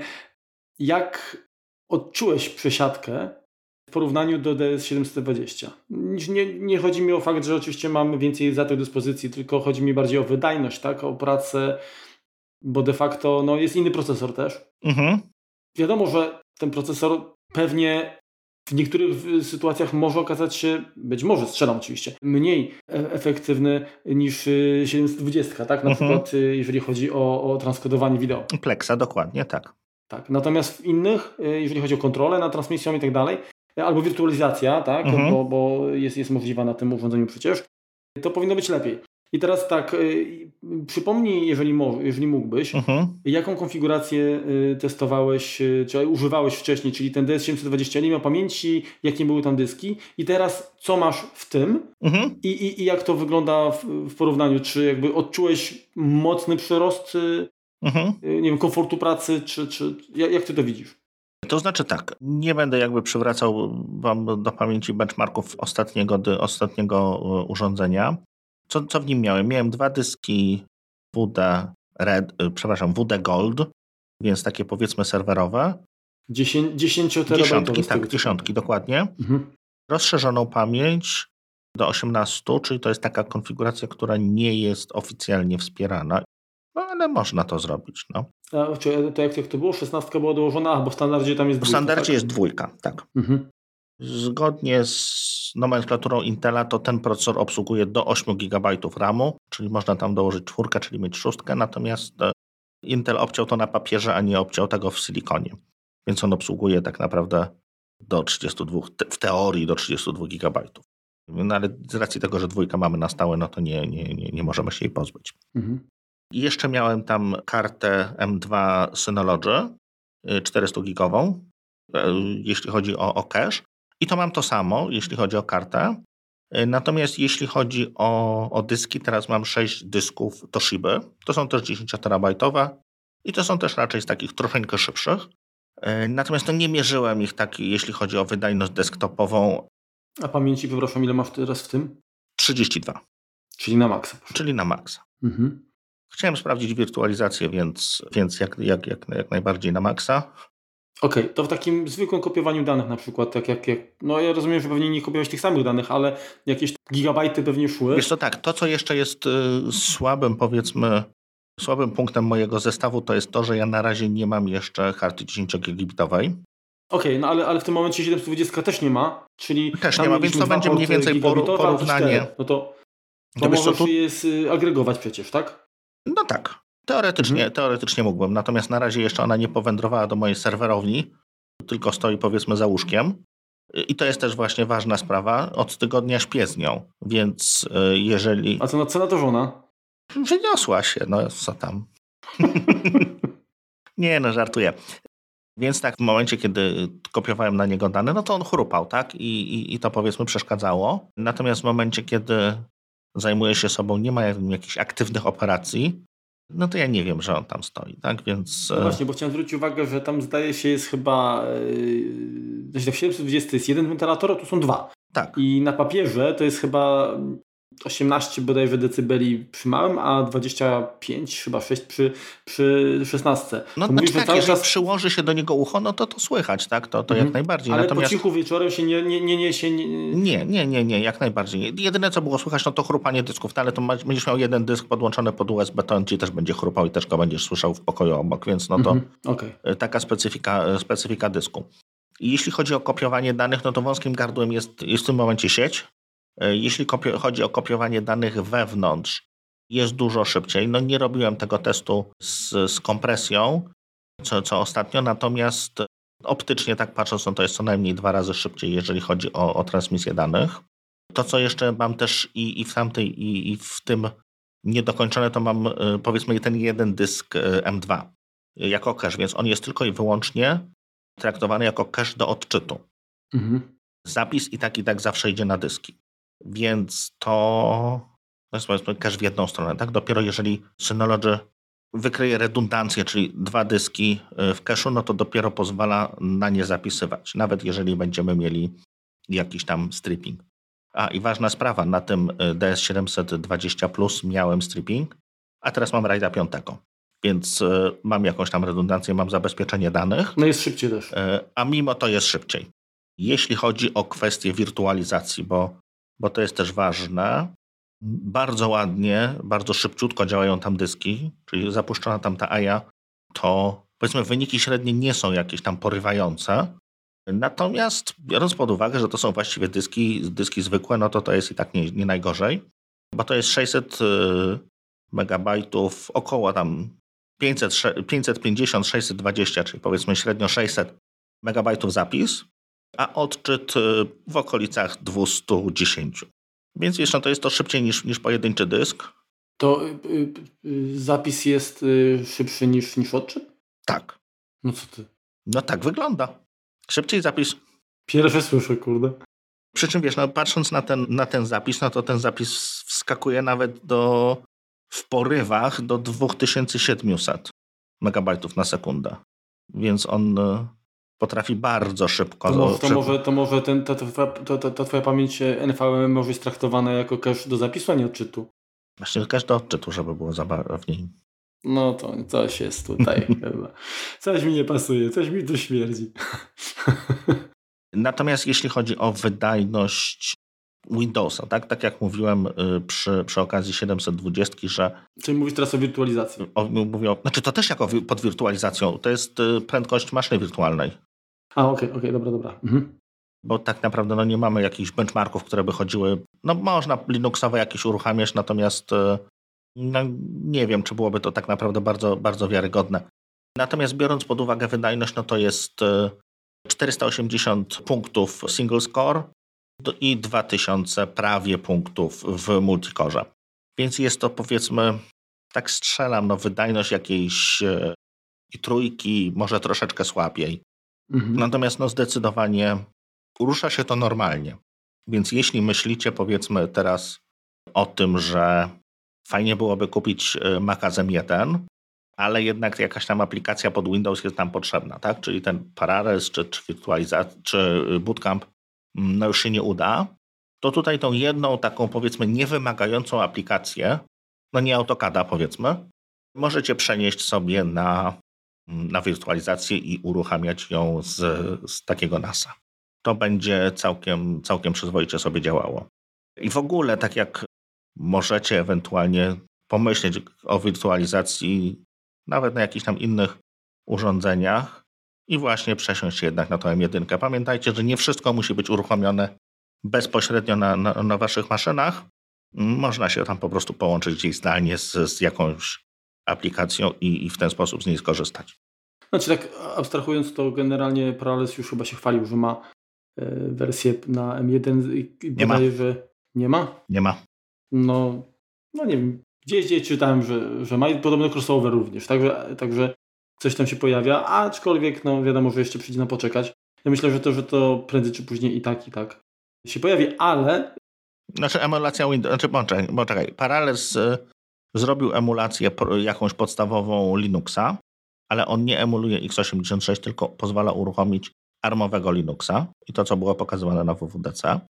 jak odczułeś przesiadkę w porównaniu do D S siedemset dwadzieścia? Nie, nie chodzi mi o fakt, że oczywiście mamy więcej zatok do dyspozycji, tylko chodzi mi bardziej o wydajność, tak? O pracę, bo de facto no, jest inny procesor też. Mhm. Wiadomo, że ten procesor pewnie w niektórych sytuacjach może okazać się, być może, strzelam oczywiście, mniej efektywny niż siedemset dwadzieścia, tak? Na mhm. przykład jeżeli chodzi o, o transkodowanie wideo.
Plexa, dokładnie, tak.
Tak, natomiast w innych, jeżeli chodzi o kontrolę nad transmisją i tak dalej, albo wirtualizacja, tak, mhm. bo, bo jest, jest możliwa na tym urządzeniu przecież, to powinno być lepiej. I teraz tak, y, przypomnij, jeżeli, mo- jeżeli mógłbyś, mhm. jaką konfigurację y, testowałeś, y, czy używałeś wcześniej, czyli ten D S siedemset dwadzieścia, nie miał pamięci, jakie były tam dyski i teraz co masz w tym mhm. i, i, i jak to wygląda w, w porównaniu, czy jakby odczułeś mocny przyrost y, mhm. y, nie wiem, komfortu pracy, czy, czy jak, jak ty to widzisz?
To znaczy tak, nie będę jakby przywracał wam do pamięci benchmarków ostatniego, ostatniego urządzenia. Co, co w nim miałem? Miałem dwa dyski W D Red, przepraszam, W D Gold, więc takie powiedzmy serwerowe.
dziesięcioterabajtowe.
Tak, dziesiątki, dokładnie. Mhm. Rozszerzoną pamięć do osiemnastu, czyli to jest taka konfiguracja, która nie jest oficjalnie wspierana, no ale można to zrobić. No.
A, czy to jak, jak to było? szesnastka była dołożona, a bo w standardzie tam jest dwójka.
W standardzie
tak?
jest dwójka, tak. Mhm. Zgodnie z nomenklaturą Intela to ten procesor obsługuje do osiem gigabajtów ramu, czyli można tam dołożyć czwórkę, czyli mieć szóstkę, natomiast Intel obciął to na papierze, a nie obciął tego w silikonie. Więc on obsługuje tak naprawdę do trzydziestu dwóch, w teorii do trzydziestu dwóch gigabajtów. No ale z racji tego, że dwójkę mamy na stałe, no to nie, nie, nie, nie możemy się jej pozbyć. Mhm. I jeszcze miałem tam kartę M dwa Synology czterysta gigową, jeśli chodzi o, o cache. I to mam to samo, jeśli chodzi o kartę. Natomiast jeśli chodzi o, o dyski, teraz mam sześć dysków Toshiby. To są też dziesięcioterabajtowe i to są też raczej z takich troszeczkę szybszych. Natomiast to nie mierzyłem ich tak, jeśli chodzi o wydajność desktopową.
A pamięci, przepraszam, ile masz teraz w tym?
trzydzieści dwa.
Czyli na maksa.
Czyli na maksa. Mhm. Chciałem sprawdzić wirtualizację, więc, więc jak, jak, jak, jak najbardziej na maksa.
Okej, okay, to w takim zwykłym kopiowaniu danych na przykład, tak jak, jak, no ja rozumiem, że pewnie nie kopiowałeś tych samych danych, ale jakieś gigabajty pewnie szły.
Wiesz co, tak, to co jeszcze jest y, słabym, powiedzmy, słabym punktem mojego zestawu, to jest to, że ja na razie nie mam jeszcze karty dziesięciogigabitowej.
Okej, okay, no ale, ale w tym momencie siedemset dwadzieścia też nie ma, czyli...
Też nie ma, więc to będzie mniej więcej porównanie.
No to, to możesz tu... je agregować przecież, tak?
No tak. Teoretycznie, mhm. teoretycznie mógłbym, natomiast na razie jeszcze ona nie powędrowała do mojej serwerowni, tylko stoi powiedzmy za łóżkiem. I to jest też właśnie ważna sprawa. Od tygodnia śpię z nią, więc jeżeli...
A co na, co na to żona?
Wyniosła się, no co tam. Nie, no żartuję. Więc tak w momencie, kiedy kopiowałem na niego dane, no to on chrupał, tak? I, i, i to powiedzmy przeszkadzało. Natomiast w momencie, kiedy zajmuje się sobą, nie ma jakichś aktywnych operacji, no to ja nie wiem, że on tam stoi, tak, więc...
No właśnie, bo chciałem zwrócić uwagę, że tam zdaje się jest chyba... Yy, w siedemset dwadzieścia jest jeden wentylator, a tu są dwa.
Tak.
I na papierze to jest chyba osiemnaście bodajże decybeli przy małym, a dwadzieścia pięć, chyba sześć przy, przy szesnastce.
No
to
znaczy
mówisz,
tak,
cały
jeżeli
czas...
przyłoży się do niego ucho, no to to słychać, tak? To, to
mhm.
jak najbardziej.
Ale
Natomiast...
po cichu wieczorem się nie nie, nie, nie, się nie...
nie, nie, nie, nie, jak najbardziej. Jedyne co było słychać, no to chrupanie dysków, no, ale to będziesz miał jeden dysk podłączony pod U S B, to on ci też będzie chrupał i też go będziesz słyszał w pokoju obok, więc no to
mhm. okay.
taka specyfika, specyfika dysku. I jeśli chodzi o kopiowanie danych, no to wąskim gardłem jest, jest w tym momencie sieć. Jeśli kopio, chodzi o kopiowanie danych wewnątrz, jest dużo szybciej. No nie robiłem tego testu z, z kompresją, co, co ostatnio, natomiast optycznie tak patrząc, no to jest co najmniej dwa razy szybciej, jeżeli chodzi o, o transmisję danych. To, co jeszcze mam też i, i w tamtej, i, i w tym niedokończone, to mam powiedzmy ten jeden dysk M dwa jako cache, więc on jest tylko i wyłącznie traktowany jako cache do odczytu. Mhm. Zapis i tak, i tak zawsze idzie na dyski. Więc to jest powiedzmy cache w jedną stronę. Tak? Dopiero jeżeli Synology wykryje redundancję, czyli dwa dyski w cache'u, no to dopiero pozwala na nie zapisywać. Nawet jeżeli będziemy mieli jakiś tam stripping. A i ważna sprawa, na tym D S siedemset dwadzieścia plus miałem stripping, a teraz mam RAIDa pięć. Więc mam jakąś tam redundancję, mam zabezpieczenie danych.
No jest szybciej też.
A mimo to jest szybciej. Jeśli chodzi o kwestię wirtualizacji, bo, bo to jest też ważne, bardzo ładnie, bardzo szybciutko działają tam dyski, czyli zapuszczona tam ta A I A, to powiedzmy wyniki średnie nie są jakieś tam porywające. Natomiast biorąc pod uwagę, że to są właściwie dyski, dyski zwykłe, no to to jest i tak nie, nie najgorzej, bo to jest sześćset megabajtów, około tam pięćset pięćdziesiąt sześćset dwadzieścia, czyli powiedzmy średnio sześćset megabajtów zapis, a odczyt w okolicach dwieście dziesięć. Więc wiesz, no to jest to szybciej niż, niż pojedynczy dysk.
To y, y, zapis jest y, szybszy niż, niż odczyt?
Tak.
No co ty?
No tak wygląda. Szybciej zapis.
Pierwsze słyszę, kurde.
Przy czym wiesz, no patrząc na ten, na ten zapis, no to ten zapis wskakuje nawet do w porywach do dwa tysiące siedemset megabajtów na sekundę. Więc on potrafi bardzo szybko...
To może, to
szybko.
może, to może ten, ta, ta, ta, ta, ta twoja pamięć N V M E może jest traktowana jako cache do zapisu, a nie odczytu.
Właśnie cache do odczytu, żeby było zabawniej.
No to coś jest tutaj chyba. Coś mi nie pasuje, coś mi tu śmierdzi.
Natomiast jeśli chodzi o wydajność Windowsa, tak, tak jak mówiłem przy, przy okazji siedemset dwadzieścia, że...
Czyli mówisz teraz o wirtualizacji.
O, mówię o, znaczy to też jako pod wirtualizacją, to jest prędkość maszyny wirtualnej.
A, okej, okay, okej, okay, dobra, dobra. Mhm.
Bo tak naprawdę no, nie mamy jakichś benchmarków, które by chodziły... No można Linuxowe jakieś uruchamiać, natomiast no, nie wiem, czy byłoby to tak naprawdę bardzo, bardzo wiarygodne. Natomiast biorąc pod uwagę wydajność, no to jest czterysta osiemdziesiąt punktów single score i dwa tysiące prawie punktów w multicore. Więc jest to powiedzmy, tak strzelam, no wydajność jakiejś i trójki, może troszeczkę słabiej. Mhm. Natomiast no zdecydowanie rusza się to normalnie. Więc jeśli myślicie powiedzmy teraz o tym, że fajnie byłoby kupić Maca Z M jeden, ale jednak jakaś tam aplikacja pod Windows jest nam potrzebna, tak? Czyli ten Parallels czy, czy wirtualizacja, czy Bootcamp no już się nie uda, to tutaj tą jedną taką powiedzmy niewymagającą aplikację, no nie AutoCADa powiedzmy, możecie przenieść sobie na, na wirtualizację i uruchamiać ją z, z takiego nasa. To będzie całkiem, całkiem przyzwoicie sobie działało. I w ogóle tak jak możecie ewentualnie pomyśleć o wirtualizacji nawet na jakichś tam innych urządzeniach i właśnie przesiąść się jednak na tą M jeden. Pamiętajcie, że nie wszystko musi być uruchomione bezpośrednio na, na, na waszych maszynach. Można się tam po prostu połączyć gdzieś zdalnie z, z jakąś aplikacją i, i w ten sposób z niej skorzystać.
Znaczy tak abstrahując, to generalnie Parallels już chyba się chwalił, że ma e, wersję na M jeden. I
nie ma.
Że nie ma?
Nie ma.
No, no nie wiem. Gdzieś, gdzieś czytałem, że, że ma i podobno crossover również. Także, także coś tam się pojawia, aczkolwiek no wiadomo, że jeszcze przyjdzie na poczekać. Ja myślę, że to, że to prędzej czy później i tak, i tak się pojawi, ale...
Znaczy emulacja Windows, znaczy poczekaj, poczekaj. Parallels y, zrobił emulację pro, jakąś podstawową Linuxa, ale on nie emuluje X osiemdziesiąt sześć, tylko pozwala uruchomić armowego Linuxa i to, co było pokazywane na W W D C.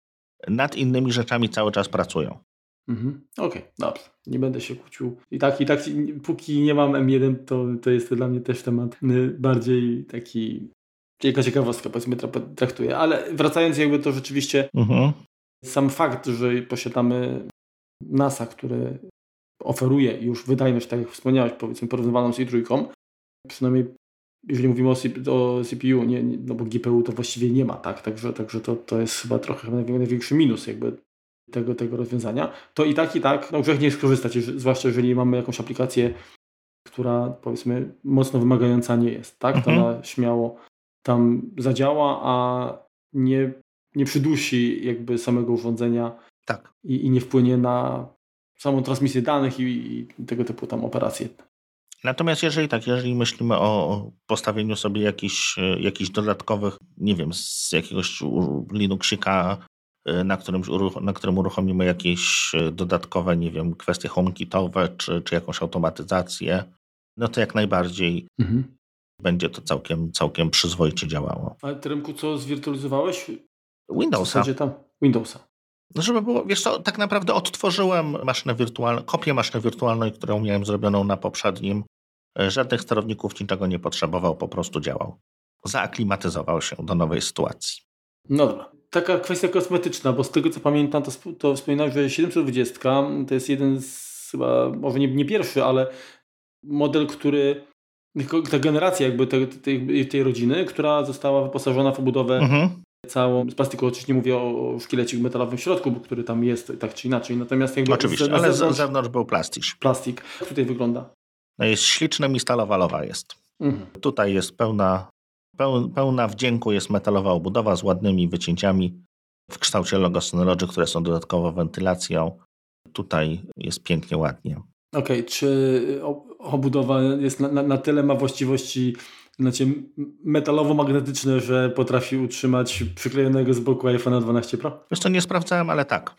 nad innymi rzeczami cały czas pracują.
Mhm. Okej, okay, dobrze. Nie będę się kłócił. I tak, i tak, póki nie mam M jeden, to, to jest to dla mnie też temat bardziej taki, jaka ciekawostka, powiedzmy, traktuję. Ale wracając jakby to rzeczywiście, mhm. sam fakt, że posiadamy NASA, które oferuje już wydajność, tak jak wspomniałeś, powiedzmy, porównywalną z i trzy, przynajmniej jeżeli mówimy o, C P, o C P U, nie, nie, no bo G P U to właściwie nie ma, tak? Także, także to, to jest chyba trochę największy minus jakby tego, tego rozwiązania. To i tak, i tak, no grzech nie skorzystać, zwłaszcza jeżeli mamy jakąś aplikację, która powiedzmy mocno wymagająca nie jest, tak? Mhm. To ona śmiało tam zadziała, a nie, nie przydusi jakby samego urządzenia
tak.
i, i nie wpłynie na samą transmisję danych i, i tego typu tam operacje.
Natomiast jeżeli tak, jeżeli myślimy o postawieniu sobie jakichś, jakichś dodatkowych, nie wiem, z jakiegoś Linuxika, na którym, na którym uruchomimy jakieś dodatkowe, nie wiem, kwestie HomeKitowe, czy, czy jakąś automatyzację, no to jak najbardziej mhm. będzie to całkiem, całkiem przyzwoicie działało.
Ale ty, Rymku, co zwirtualizowałeś?
Windowsa.
W tam? Windowsa.
No żeby było, wiesz co, tak naprawdę odtworzyłem maszynę wirtualną, kopię maszyny wirtualnej, którą miałem zrobioną na poprzednim. Żadnych sterowników, niczego nie potrzebował, po prostu działał. Zaaklimatyzował się do nowej sytuacji.
No dobra. Taka kwestia kosmetyczna, bo z tego co pamiętam, to, to wspominałem, że siedemset dwadzieścia to jest jeden z chyba, może nie, nie pierwszy, ale model, który, ta generacja jakby tej, tej, tej rodziny, która została wyposażona w obudowę mhm. całą z plastiku. Oczywiście nie mówię o szkielecie metalowym w środku, bo który tam jest tak czy inaczej. Natomiast jakby
oczywiście,
z,
ale z zewnątrz, zewnątrz był plastik.
Plastik. Jak tutaj wygląda?
No jest ślicznym i stalowalowa jest. Mhm. Tutaj jest pełna, peł, pełna wdzięku jest metalowa obudowa z ładnymi wycięciami w kształcie logo Synology, które są dodatkowo wentylacją. Tutaj jest pięknie, ładnie.
Okej, okay, czy obudowa jest na, na, na tyle ma właściwości znaczy metalowo-magnetyczne, że potrafi utrzymać przyklejonego z boku iPhone'a dwanaście Pro?
Wiesz co, nie sprawdzałem, ale tak.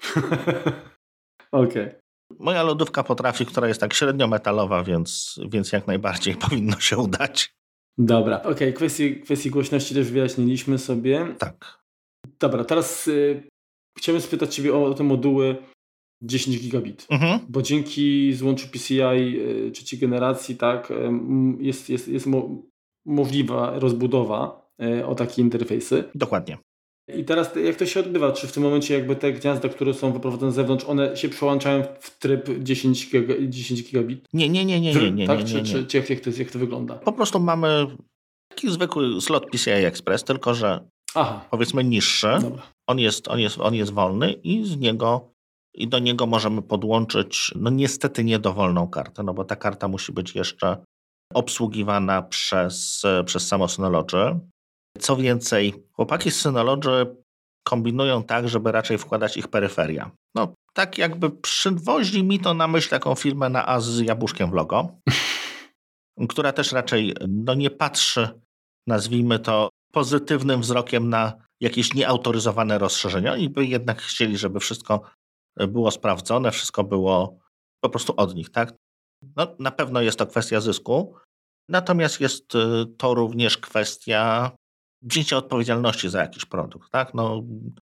Okej. Okay.
Moja lodówka potrafi, która jest tak średnio metalowa, więc, więc jak najbardziej powinno się udać.
Dobra, okej, okay. kwestii, kwestii głośności też wyjaśniliśmy sobie.
Tak.
Dobra, teraz y, chciałbym spytać Ciebie o, o te moduły dziesięć gigabit, mhm. bo dzięki złączu P C I y, trzeciej generacji tak, y, jest, jest, jest mo- możliwa rozbudowa y, o takie interfejsy.
Dokładnie.
I teraz jak to się odbywa? Czy w tym momencie jakby te gniazda, które są wyprowadzone z zewnątrz, one się przełączają w tryb dziesięć gigabit?
Nie, nie, nie, nie, nie, nie,
tak?
nie, nie, nie.
Czy, czy jak, jak, to, jak to wygląda?
Po prostu mamy taki zwykły slot P C I Express, tylko że Aha. powiedzmy niższy. Dobra. On jest, on jest, on jest wolny i z niego i do niego możemy podłączyć, no niestety niedowolną kartę, no bo ta karta musi być jeszcze obsługiwana przez, przez samo Synology. Co więcej, chłopaki z Synology kombinują tak, żeby raczej wkładać ich peryferia. No tak jakby przywozi mi to na myśl taką firmę na A z jabłuszkiem w logo, która też raczej no nie patrzy, nazwijmy to, pozytywnym wzrokiem na jakieś nieautoryzowane rozszerzenia. Oni by jednak chcieli, żeby wszystko było sprawdzone, wszystko było po prostu od nich, tak? No na pewno jest to kwestia zysku, natomiast jest to również kwestia wzięcia odpowiedzialności za jakiś produkt, tak? No,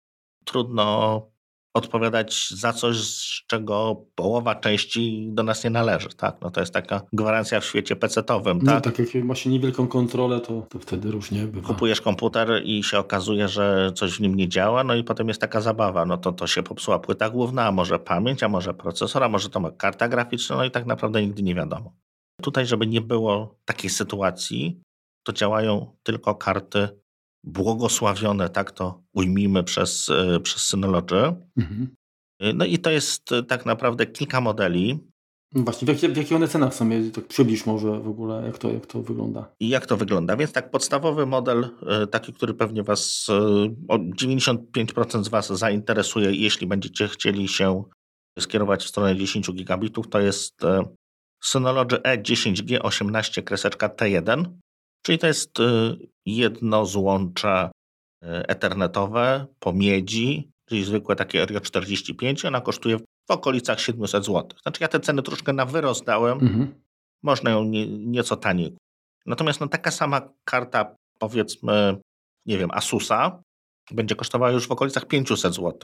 trudno odpowiadać za coś, z czego połowa części do nas nie należy, tak? No to jest taka gwarancja w świecie pecetowym,
no,
tak?
Tak, jak ma się niewielką kontrolę, to, to wtedy różnie bywa.
Kupujesz komputer i się okazuje, że coś w nim nie działa, no i potem jest taka zabawa, no to to się popsuła płyta główna, a może pamięć, a może procesor, a może to ma karta graficzna, no i tak naprawdę nigdy nie wiadomo. Tutaj, żeby nie było takiej sytuacji, to działają tylko karty błogosławione, tak to ujmijmy, przez, przez Synology. Mhm. No i to jest tak naprawdę kilka modeli.
Właśnie, w, jak, w jakich one cenach są? Tak przybliż może w ogóle, jak to, jak to wygląda.
I jak to wygląda? Więc tak podstawowy model, taki, który pewnie was, dziewięćdziesiąt pięć procent z was zainteresuje, jeśli będziecie chcieli się skierować w stronę dziesięć gigabitów, to jest Synology E dziesięć G osiemnaście T jeden. Czyli to jest jedno złącze ethernetowe po miedzi, czyli zwykłe takie R J czterdzieści pięć. Ona kosztuje w okolicach siedemset złotych. Znaczy ja te ceny troszkę na wyrost dałem. Mhm. Można ją nie, nieco taniej. Natomiast no, taka sama karta, powiedzmy, nie wiem, Asusa będzie kosztowała już w okolicach pięćset złotych.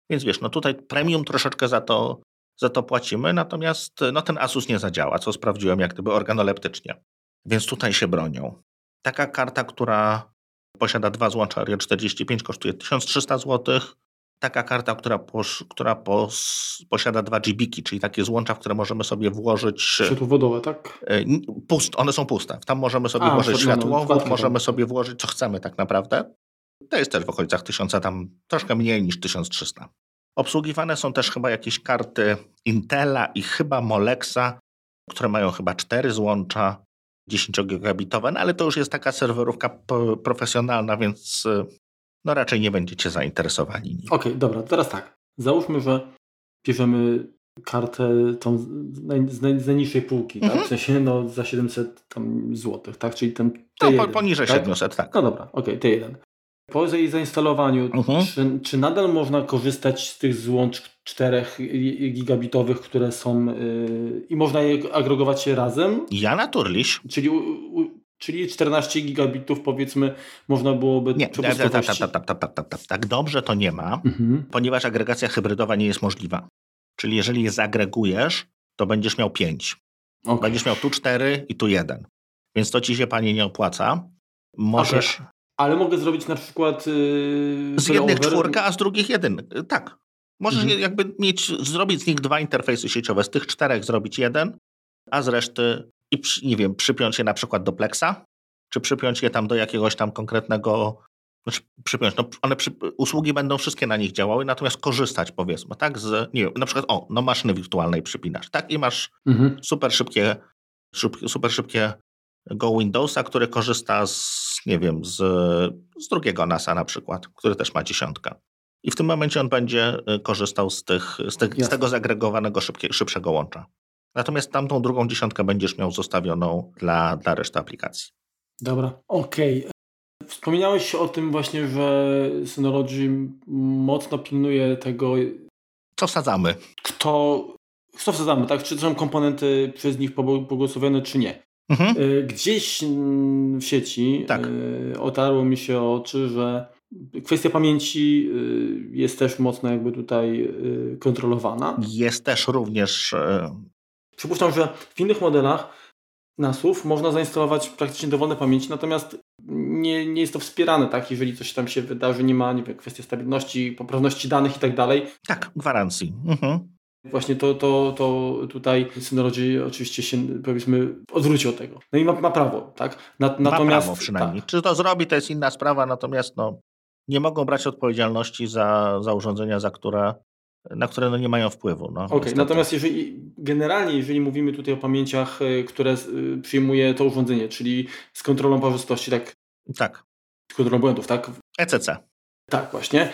Więc wiesz, no tutaj premium troszeczkę za to, za to płacimy, natomiast no ten Asus nie zadziała, co sprawdziłem jak gdyby organoleptycznie. Więc tutaj się bronią. Taka karta, która posiada dwa złącza R J czterdzieści pięć kosztuje tysiąc trzysta złotych. Taka karta, która, posz, która pos, posiada dwa gigabiki, czyli takie złącza, w które możemy sobie włożyć...
Światłowodowe, tak?
Pust, one są puste. Tam możemy sobie A, włożyć światłowód, możemy sobie włożyć co chcemy tak naprawdę. To jest też w okolicach tysiąca, tam troszkę mniej niż tysiąc trzysta. Obsługiwane są też chyba jakieś karty Intela i chyba Molexa, które mają chyba cztery złącza dziesięciogigabitowe, no ale to już jest taka serwerówka p- profesjonalna, więc no raczej nie będziecie zainteresowani.
Okej, okay, dobra, teraz tak. Załóżmy, że bierzemy kartę tą z, naj, z, naj, z najniższej półki, mhm. tak? W sensie no, za siedemset tam złotych, tak? Czyli ten T jeden.
No poniżej tak? siedemset, tak.
No dobra, okej, okay, T jeden. Po jej zainstalowaniu, mhm. czy, czy nadal można korzystać z tych złącz czterech gigabitowych, które są yy, i można je agregować je razem?
Ja naturliś.
Czyli, u, u, czyli czternaście gigabitów powiedzmy można byłoby
nie, przepustowości... tak, tak, tak, tak, tak, tak, tak dobrze to nie ma, mhm. ponieważ agregacja hybrydowa nie jest możliwa. Czyli jeżeli je zagregujesz, to będziesz miał pięć. Okay. Będziesz miał tu cztery i tu jeden. Więc to ci się, panie, nie opłaca. Możesz... Okay.
Ale mogę zrobić na przykład... Yy,
z jednych czwórka, a z drugich jeden. Tak. Możesz mhm. jakby mieć, zrobić z nich dwa interfejsy sieciowe. Z tych czterech zrobić jeden, a z reszty i przy, nie wiem, przypiąć je na przykład do Plexa, czy przypiąć je tam do jakiegoś tam konkretnego... Znaczy przypiąć, no one przy, usługi będą wszystkie na nich działały, natomiast korzystać powiedzmy, tak? Z, nie wiem, na przykład o, no maszyny wirtualnej przypinasz, tak? I masz mhm. super szybkie, szyb, super szybkie Go Windowsa, który korzysta z, nie wiem, z, z drugiego nasa na przykład, który też ma dziesiątkę. I w tym momencie on będzie korzystał z, tych, z, tych, z tego zagregowanego szybkie, szybszego łącza. Natomiast tamtą drugą dziesiątkę będziesz miał zostawioną dla, dla reszty aplikacji.
Dobra, okej. Okay. Wspomniałeś o tym właśnie, że Synology mocno pilnuje tego...
Co wsadzamy?
Kto, co wsadzamy, tak? Czy są komponenty przez nich pobłogosławione, czy nie? Mhm. Gdzieś w sieci tak. otarło mi się o oczy, że kwestia pamięci jest też mocno jakby tutaj kontrolowana.
Jest też również...
Przypuszczam, że w innych modelach nasów można zainstalować praktycznie dowolne pamięci, natomiast nie, nie jest to wspierane, tak? Jeżeli coś tam się wydarzy, nie ma, nie wiem, kwestia stabilności, poprawności danych i tak dalej.
Tak, gwarancji. Mhm.
Właśnie to, to, to tutaj Synology oczywiście się, powiedzmy, odwrócił od tego. No i ma, ma prawo, tak?
Na, ma natomiast, prawo przynajmniej. Tak. Czy to zrobi, to jest inna sprawa, natomiast no, nie mogą brać odpowiedzialności za, za urządzenia, za które, na które no, nie mają wpływu. No,
Okej, okay, natomiast jeżeli, generalnie, jeżeli mówimy tutaj o pamięciach, które przyjmuje to urządzenie, czyli z kontrolą parzystości, tak?
Tak.
Z kontrolą błędów, tak?
E C C.
Tak, właśnie.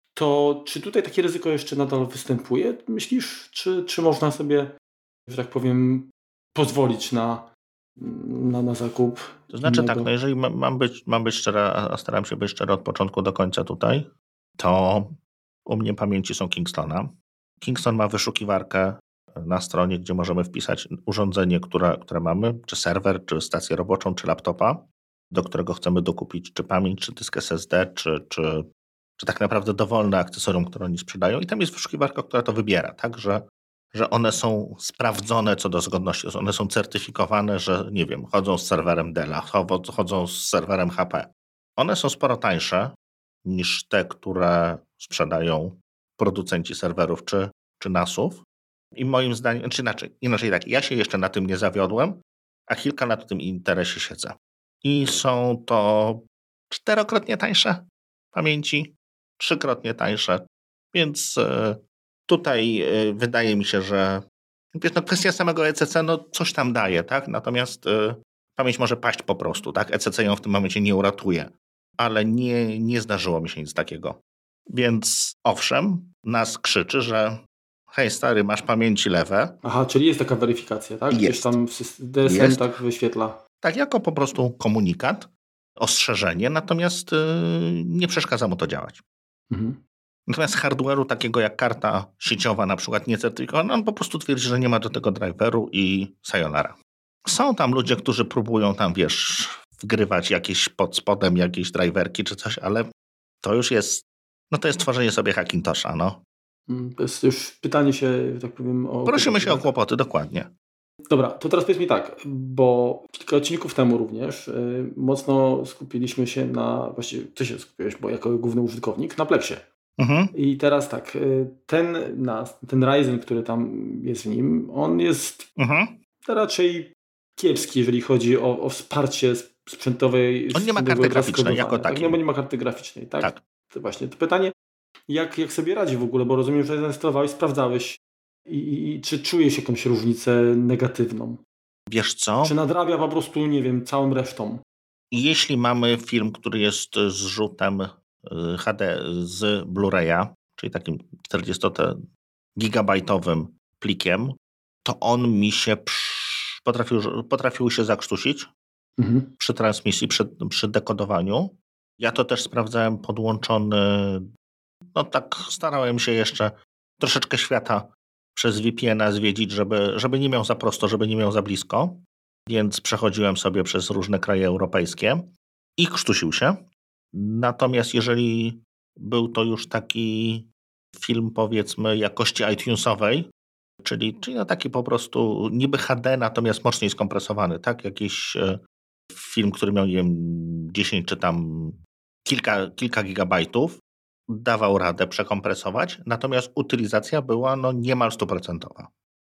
To czy tutaj takie ryzyko jeszcze nadal występuje, myślisz? Czy, czy można sobie, że tak powiem, pozwolić na, na, na zakup?
To znaczy innego? Tak, no jeżeli mam być, mam być szczery, a staram się być szczery od początku do końca tutaj, to u mnie pamięci są Kingstona. Kingston ma wyszukiwarkę na stronie, gdzie możemy wpisać urządzenie, które, które mamy, czy serwer, czy stację roboczą, czy laptopa, do którego chcemy dokupić czy pamięć, czy dysk S S D, czy, czy czy tak naprawdę dowolne akcesorium, które oni sprzedają i tam jest wyszukiwarka, która to wybiera, tak, że, że one są sprawdzone co do zgodności, one są certyfikowane, że nie wiem, chodzą z serwerem Della, chodzą z serwerem H P. One są sporo tańsze niż te, które sprzedają producenci serwerów czy, czy nasów i moim zdaniem, czy inaczej, inaczej tak, ja się jeszcze na tym nie zawiodłem, a kilka lat w tym interesie siedzę. I są to czterokrotnie tańsze pamięci, trzykrotnie tańsze, więc tutaj wydaje mi się, że wiesz, no kwestia samego E C C no coś tam daje, tak? Natomiast pamięć może paść po prostu, tak? E C C ją w tym momencie nie uratuje, ale nie, nie zdarzyło mi się nic takiego. Więc owszem, nas krzyczy, że hej stary, masz pamięci lewe.
Aha, czyli jest taka weryfikacja, tak?
Jest.
Gdzieś tam D S M jest. Tak wyświetla.
Tak, jako po prostu komunikat, ostrzeżenie, natomiast yy, nie przeszkadza mu to działać. Mhm. Natomiast hardware'u takiego jak karta sieciowa na przykład niecertyfikowana, on po prostu twierdzi, że nie ma do tego driveru i sayonara. Są tam ludzie, którzy próbują tam, wiesz, wgrywać jakieś pod spodem jakieś driverki czy coś, ale to już jest, no to jest tworzenie sobie Hackintosha, no.
To jest już pytanie się, tak powiem, o...
Prosimy się o kłopoty, dokładnie.
Dobra, to teraz powiedz mi tak, bo kilka odcinków temu również y, mocno skupiliśmy się na, właściwie ty się skupiłeś, bo jako główny użytkownik, na Plexie.
Mhm.
I teraz tak, y, ten, nas, ten Ryzen, który tam jest w nim, on jest
mhm.
raczej kiepski, jeżeli chodzi o, o wsparcie sprzętowej.
On nie ma karty graficznej jako
tak,
takiej.
nie, bo nie ma karty graficznej, tak?
Tak.
To właśnie, to pytanie, jak, jak sobie radzi w ogóle, bo rozumiem, że zainstalowałeś, sprawdzałeś. I, i, I czy czujesz jakąś różnicę negatywną?
Wiesz co?
Czy nadrabia po prostu, nie wiem, całą resztą?
Jeśli mamy film, który jest zrzutem H D z Blu-raya, czyli takim czterdziestogigabajtowym plikiem, to on mi się przy... potrafił, potrafił się zakrztusić mhm. przy transmisji, przy, przy dekodowaniu. Ja to też sprawdzałem podłączony, no tak starałem się jeszcze troszeczkę świata przez V P N-a zwiedzić, żeby, żeby nie miał za prosto, żeby nie miał za blisko. Więc przechodziłem sobie przez różne kraje europejskie i krztusił się. Natomiast jeżeli był to już taki film, powiedzmy, jakości iTunesowej, czyli, czyli no taki po prostu niby H D, natomiast mocniej skompresowany, tak? Jakiś film, który miał, nie wiem, dziesięć czy tam kilka, kilka gigabajtów, dawał radę przekompresować, natomiast utylizacja była no niemal stuprocentowa.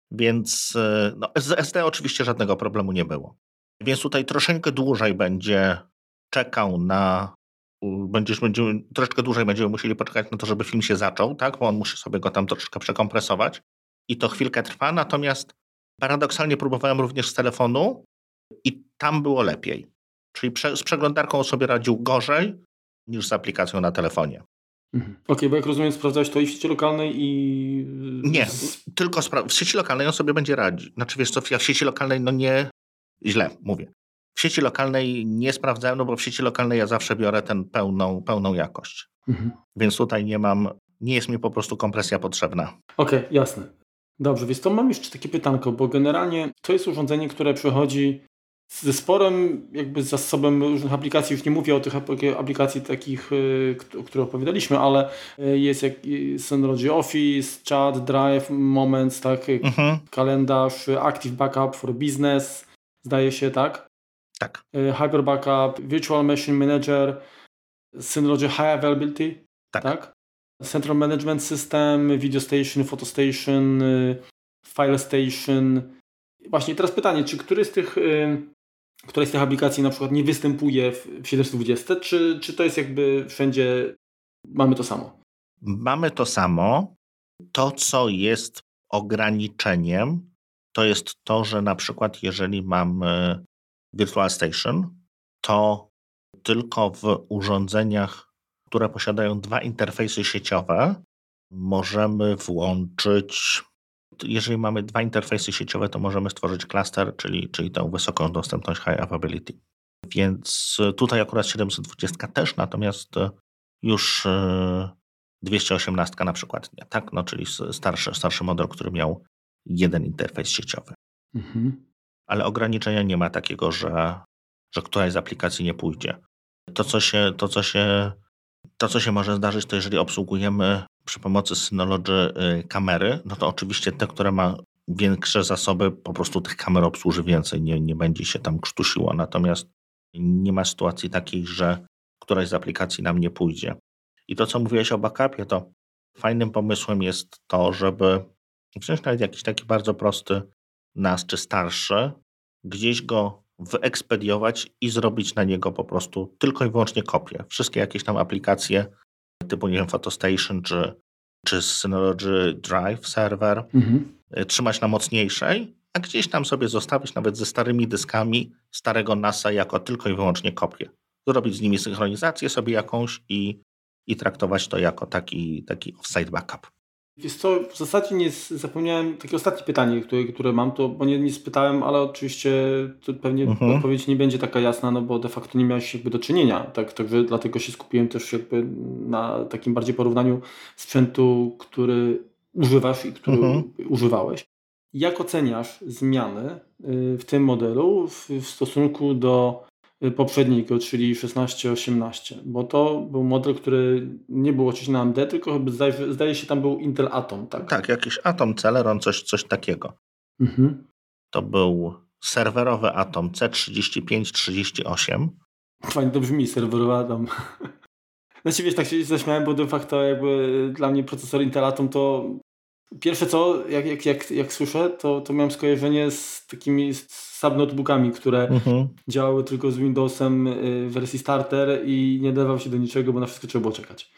Więc no, z S D oczywiście żadnego problemu nie było. Więc tutaj troszeczkę dłużej będzie czekał na... Będziesz, będziemy, troszeczkę dłużej będziemy musieli poczekać na to, żeby film się zaczął, tak? Bo on musi sobie go tam troszeczkę przekompresować i to chwilkę trwa, natomiast paradoksalnie próbowałem również z telefonu i tam było lepiej. Czyli prze, z przeglądarką sobie radził gorzej niż z aplikacją na telefonie.
Mhm. Okej, okay, bo jak rozumiem, sprawdzałeś to i w sieci lokalnej i...
Nie, tylko spra- w sieci lokalnej on sobie będzie radzić. Znaczy wiesz co, ja w sieci lokalnej no nie... Źle mówię. W sieci lokalnej nie sprawdzałem, no bo w sieci lokalnej ja zawsze biorę tę pełną, pełną jakość. Mhm. Więc tutaj nie mam... Nie jest mi po prostu kompresja potrzebna.
Okej, okay, jasne. Dobrze, więc to mam jeszcze takie pytanko, bo generalnie to jest urządzenie, które przychodzi ze sporym jakby zasobem różnych aplikacji. Już nie mówię o tych aplikacji takich, o których opowiadaliśmy, ale jest jak Synology Office, Chat, Drive, Moments, tak, mhm. kalendarz, Active Backup for Business, zdaje się, tak?
Tak.
Hyper Backup, Virtual Machine Manager, Synology High Availability,
tak?
tak? Central Management System, Video Station, Photo Station, File Station. Właśnie teraz pytanie, czy któryś z tych, któraś z tych aplikacji na przykład nie występuje w siedemset dwadzieścia, czy, czy to jest jakby wszędzie mamy to samo?
Mamy to samo. To, co jest ograniczeniem, to jest to, że na przykład jeżeli mamy Virtual Station, to tylko w urządzeniach, które posiadają dwa interfejsy sieciowe, możemy włączyć, jeżeli mamy dwa interfejsy sieciowe, to możemy stworzyć cluster, czyli, czyli tę wysoką dostępność high availability. Więc tutaj akurat siedemset dwadzieścia też, natomiast już dwieście osiemnaście na przykład nie, tak? No, czyli starszy, starszy model, który miał jeden interfejs sieciowy. Mhm. Ale ograniczenia nie ma takiego, że, że któraś z aplikacji nie pójdzie. To, co się, to, co się, to, co się może zdarzyć, to jeżeli obsługujemy przy pomocy Synology kamery, no to oczywiście te, które ma większe zasoby, po prostu tych kamer obsłuży więcej, nie, nie będzie się tam krztusiło. Natomiast nie ma sytuacji takiej, że któraś z aplikacji nam nie pójdzie. I to, co mówiłeś o backupie, to fajnym pomysłem jest to, żeby wziąć nawet jakiś taki bardzo prosty N A S czy starszy, gdzieś go wyekspediować i zrobić na niego po prostu tylko i wyłącznie kopię. Wszystkie jakieś tam aplikacje typu, nie wiem, PhotoStation czy, czy Synology Drive serwer mhm. trzymać na mocniejszej, a gdzieś tam sobie zostawić nawet ze starymi dyskami starego N A S a jako tylko i wyłącznie kopię. Zrobić z nimi synchronizację sobie jakąś i, i traktować to jako taki, taki off-site backup.
Wiesz co, w zasadzie nie zapomniałem, takie ostatnie pytanie, które, które mam, to bo nie, nie spytałem, ale oczywiście to pewnie mhm. odpowiedź nie będzie taka jasna, no bo de facto nie miałeś jakby do czynienia, tak, także dlatego się skupiłem też jakby na takim bardziej porównaniu sprzętu, który używasz i który mhm. używałeś. Jak oceniasz zmiany w tym modelu w, w stosunku do poprzedniego, czyli szesnaście osiemnaście, bo to był model, który nie był oczywiście na A M D, tylko chyba zdaje, zdaje się tam był Intel Atom, tak?
Tak, jakiś Atom Celeron, coś, coś takiego.
Mhm.
To był serwerowy Atom C trzydzieści pięć trzydzieści osiem.
Fajnie to brzmi, serwerowy Atom. Znaczy wiesz, tak się zaśmiałem, bo de facto jakby dla mnie procesor Intel Atom to pierwsze co, jak, jak, jak, jak słyszę, to, to miałem skojarzenie z takimi subnotebookami, które
Mhm.
działały tylko z Windowsem w wersji starter i nie dawał się do niczego, bo na wszystko trzeba było czekać.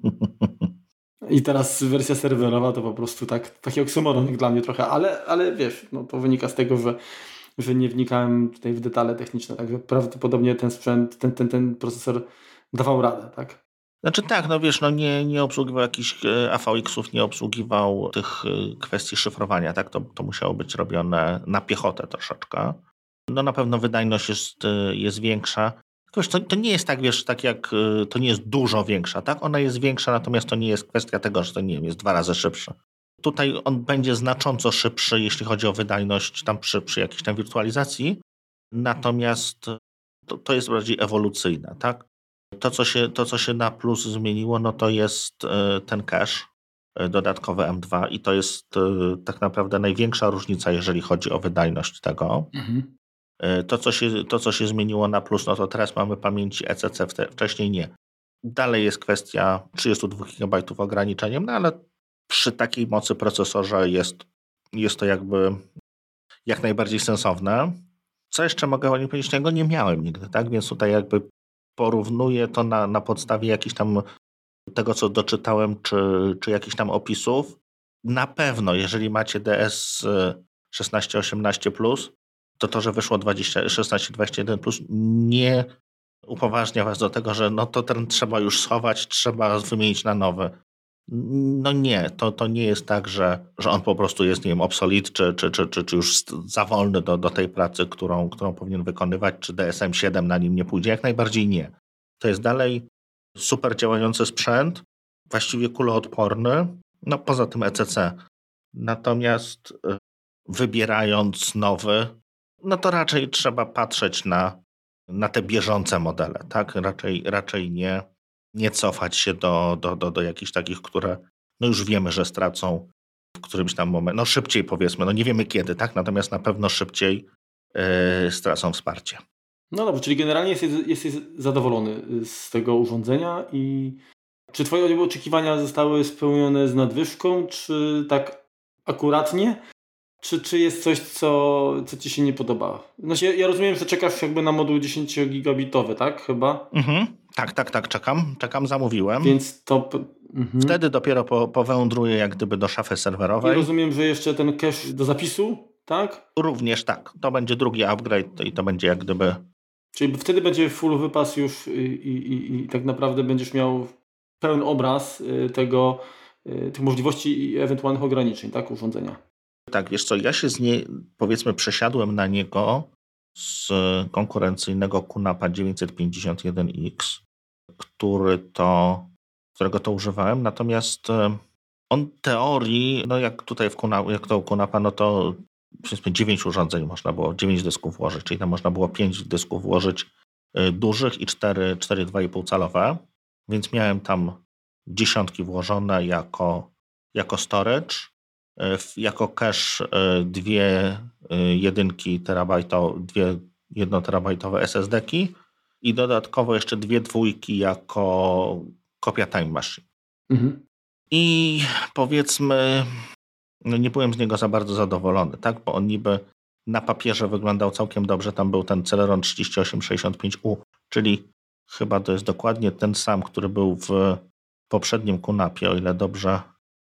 I teraz wersja serwerowa to po prostu tak, taki oksymoron jak dla mnie trochę, ale, ale wiesz, no to wynika z tego, że, że nie wnikałem tutaj w detale techniczne, także prawdopodobnie ten sprzęt, ten, ten, ten procesor dawał radę, tak?
Znaczy tak, no wiesz, no nie, nie obsługiwał jakichś A V X-ów, nie obsługiwał tych kwestii szyfrowania, tak? To, to musiało być robione na piechotę troszeczkę. No na pewno wydajność jest, jest większa. Wiesz, to, to nie jest tak, wiesz, tak jak, to nie jest dużo większa, tak? Ona jest większa, natomiast to nie jest kwestia tego, że to nie wiem, jest dwa razy szybszy. Tutaj on będzie znacząco szybszy, jeśli chodzi o wydajność tam przy, przy jakiejś tam wirtualizacji, natomiast to, to jest bardziej ewolucyjne, tak? To co, się, to, co się na plus zmieniło, no to jest ten cache dodatkowy M dwa i to jest tak naprawdę największa różnica, jeżeli chodzi o wydajność tego. Mhm. To, co się, to, co się zmieniło na plus, no to teraz mamy pamięci E C C, wcześniej nie. Dalej jest kwestia trzydzieści dwa gigabajtów ograniczeniem, no ale przy takiej mocy procesorze jest, jest to jakby jak najbardziej sensowne. Co jeszcze mogę o nim powiedzieć? Ja go nie miałem nigdy, tak? Więc tutaj jakby porównuję to na, na podstawie jakichś tam tego, co doczytałem, czy, czy jakichś tam opisów. Na pewno, jeżeli macie D S szesnaście osiemnaście plus, to to, że wyszło szesnaście dwadzieścia jeden plus, nie upoważnia was do tego, że no to ten trzeba już schować, trzeba wymienić na nowy. No nie, to, to nie jest tak, że, że on po prostu jest, nie wiem, obsolet, czy, czy, czy, czy, czy już za wolny do, do tej pracy, którą, którą powinien wykonywać, czy D S M siedem na nim nie pójdzie. Jak najbardziej nie. To jest dalej super działający sprzęt, właściwie kuloodporny, no poza tym E C C. Natomiast wybierając nowy, no to raczej trzeba patrzeć na, na te bieżące modele, tak? Raczej, raczej nie, nie cofać się do, do, do, do jakichś takich, które no już wiemy, że stracą w którymś tam momencie, no szybciej powiedzmy, no nie wiemy kiedy, tak? Natomiast na pewno szybciej yy, stracą wsparcie.
No dobrze, czyli generalnie jesteś, jesteś zadowolony z tego urządzenia i czy twoje oczekiwania zostały spełnione z nadwyżką, czy tak akuratnie? Czy, czy jest coś, co, co ci się nie podoba? Znaczy, ja rozumiem, że czekasz jakby na moduł dziesięciogigabitowy, tak? Chyba?
Mhm. Tak, tak, tak, czekam. Czekam, zamówiłem.
Więc to... Mhm.
Wtedy dopiero po, powędruję jak gdyby do szafy serwerowej.
I rozumiem, że jeszcze ten cache do zapisu, tak?
Również tak. To będzie drugi upgrade i to będzie jak gdyby...
Czyli wtedy będzie full wypas już i, i, i, i tak naprawdę będziesz miał pełen obraz tego, tych możliwości i ewentualnych ograniczeń, tak? Urządzenia.
Tak, wiesz co, ja się z niej, powiedzmy, przesiadłem na niego z konkurencyjnego QNAPa dziewięćset pięćdziesiąt jeden X, który to, którego to używałem, natomiast on teorii, no jak tutaj w QNAP, jak to u QNAPa, no to powiedzmy dziewięć urządzeń można było, dziewięć dysków włożyć, czyli tam można było pięć dysków włożyć dużych i cztery, cztery dwa i pół calowe, więc miałem tam dziesiątki włożone jako, jako storage, jako cache dwie jedynki terabajtowe, dwie jednoterabajtowe S S D-ki i dodatkowo jeszcze dwie dwójki jako kopia Time Machine. Mhm. I powiedzmy, no nie byłem z niego za bardzo zadowolony, tak? Bo on niby na papierze wyglądał całkiem dobrze. Tam był ten Celeron trzydzieści osiem sześćdziesiąt pięć U, czyli chyba to jest dokładnie ten sam, który był w poprzednim QNAPie, o ile dobrze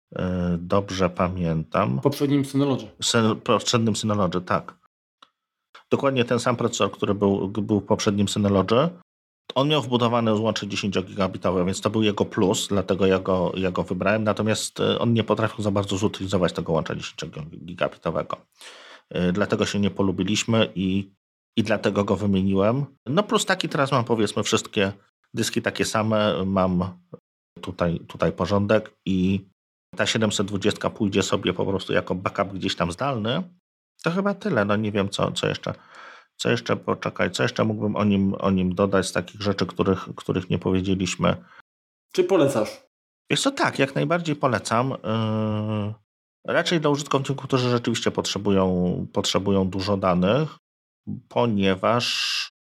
Dobrze pamiętam.
W poprzednim Synology.
Syn, poprzednim Synology, tak. Dokładnie ten sam procesor, który był, był w poprzednim Synology. On miał wbudowane złącze dziesięciogigabitowe, więc to był jego plus, dlatego ja go, ja go wybrałem. Natomiast on nie potrafił za bardzo zutylizować tego łącza dziesięciogigabitowego. Dlatego się nie polubiliśmy i, i dlatego go wymieniłem. No plus taki teraz mam, powiedzmy, wszystkie dyski takie same. Mam tutaj, tutaj porządek i ta siedemset dwadzieścia pójdzie sobie po prostu jako backup gdzieś tam zdalny. To chyba tyle. No nie wiem, co, co, jeszcze, Co jeszcze, poczekaj, co jeszcze mógłbym o nim, o nim dodać z takich rzeczy, których, których nie powiedzieliśmy?
Czy polecasz?
Wiesz co, tak, jak najbardziej polecam. Yy, raczej dla użytkowników, którzy rzeczywiście potrzebują, potrzebują dużo danych, ponieważ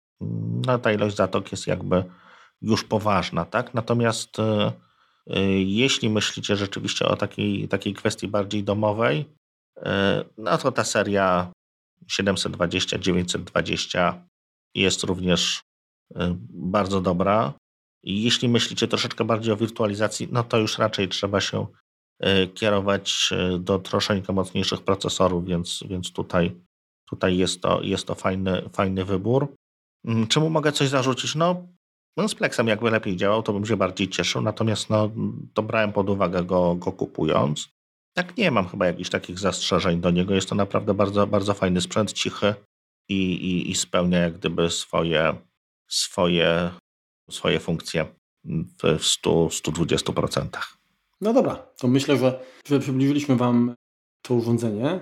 no, ta ilość zatok jest jakby już poważna, tak? Natomiast yy, jeśli myślicie rzeczywiście o takiej, takiej kwestii bardziej domowej, yy, no to ta seria siedemset dwadzieścia, dziewięćset dwadzieścia jest również yy, bardzo dobra. Jeśli myślicie troszeczkę bardziej o wirtualizacji, no to już raczej trzeba się kierować do troszeczkę mocniejszych procesorów, więc, więc tutaj, tutaj jest to, jest to fajny, fajny wybór. Czemu mogę coś zarzucić? No, no z Plexem jakby lepiej działał, to bym się bardziej cieszył, natomiast no, to brałem pod uwagę go, go kupując. Tak nie mam chyba jakichś takich zastrzeżeń do niego. Jest to naprawdę bardzo, bardzo fajny sprzęt, cichy i, i, i spełnia jak gdyby swoje, swoje swoje funkcje w stu do stu dwudziestu procent.
No dobra, to myślę, że, że przybliżyliśmy Wam to urządzenie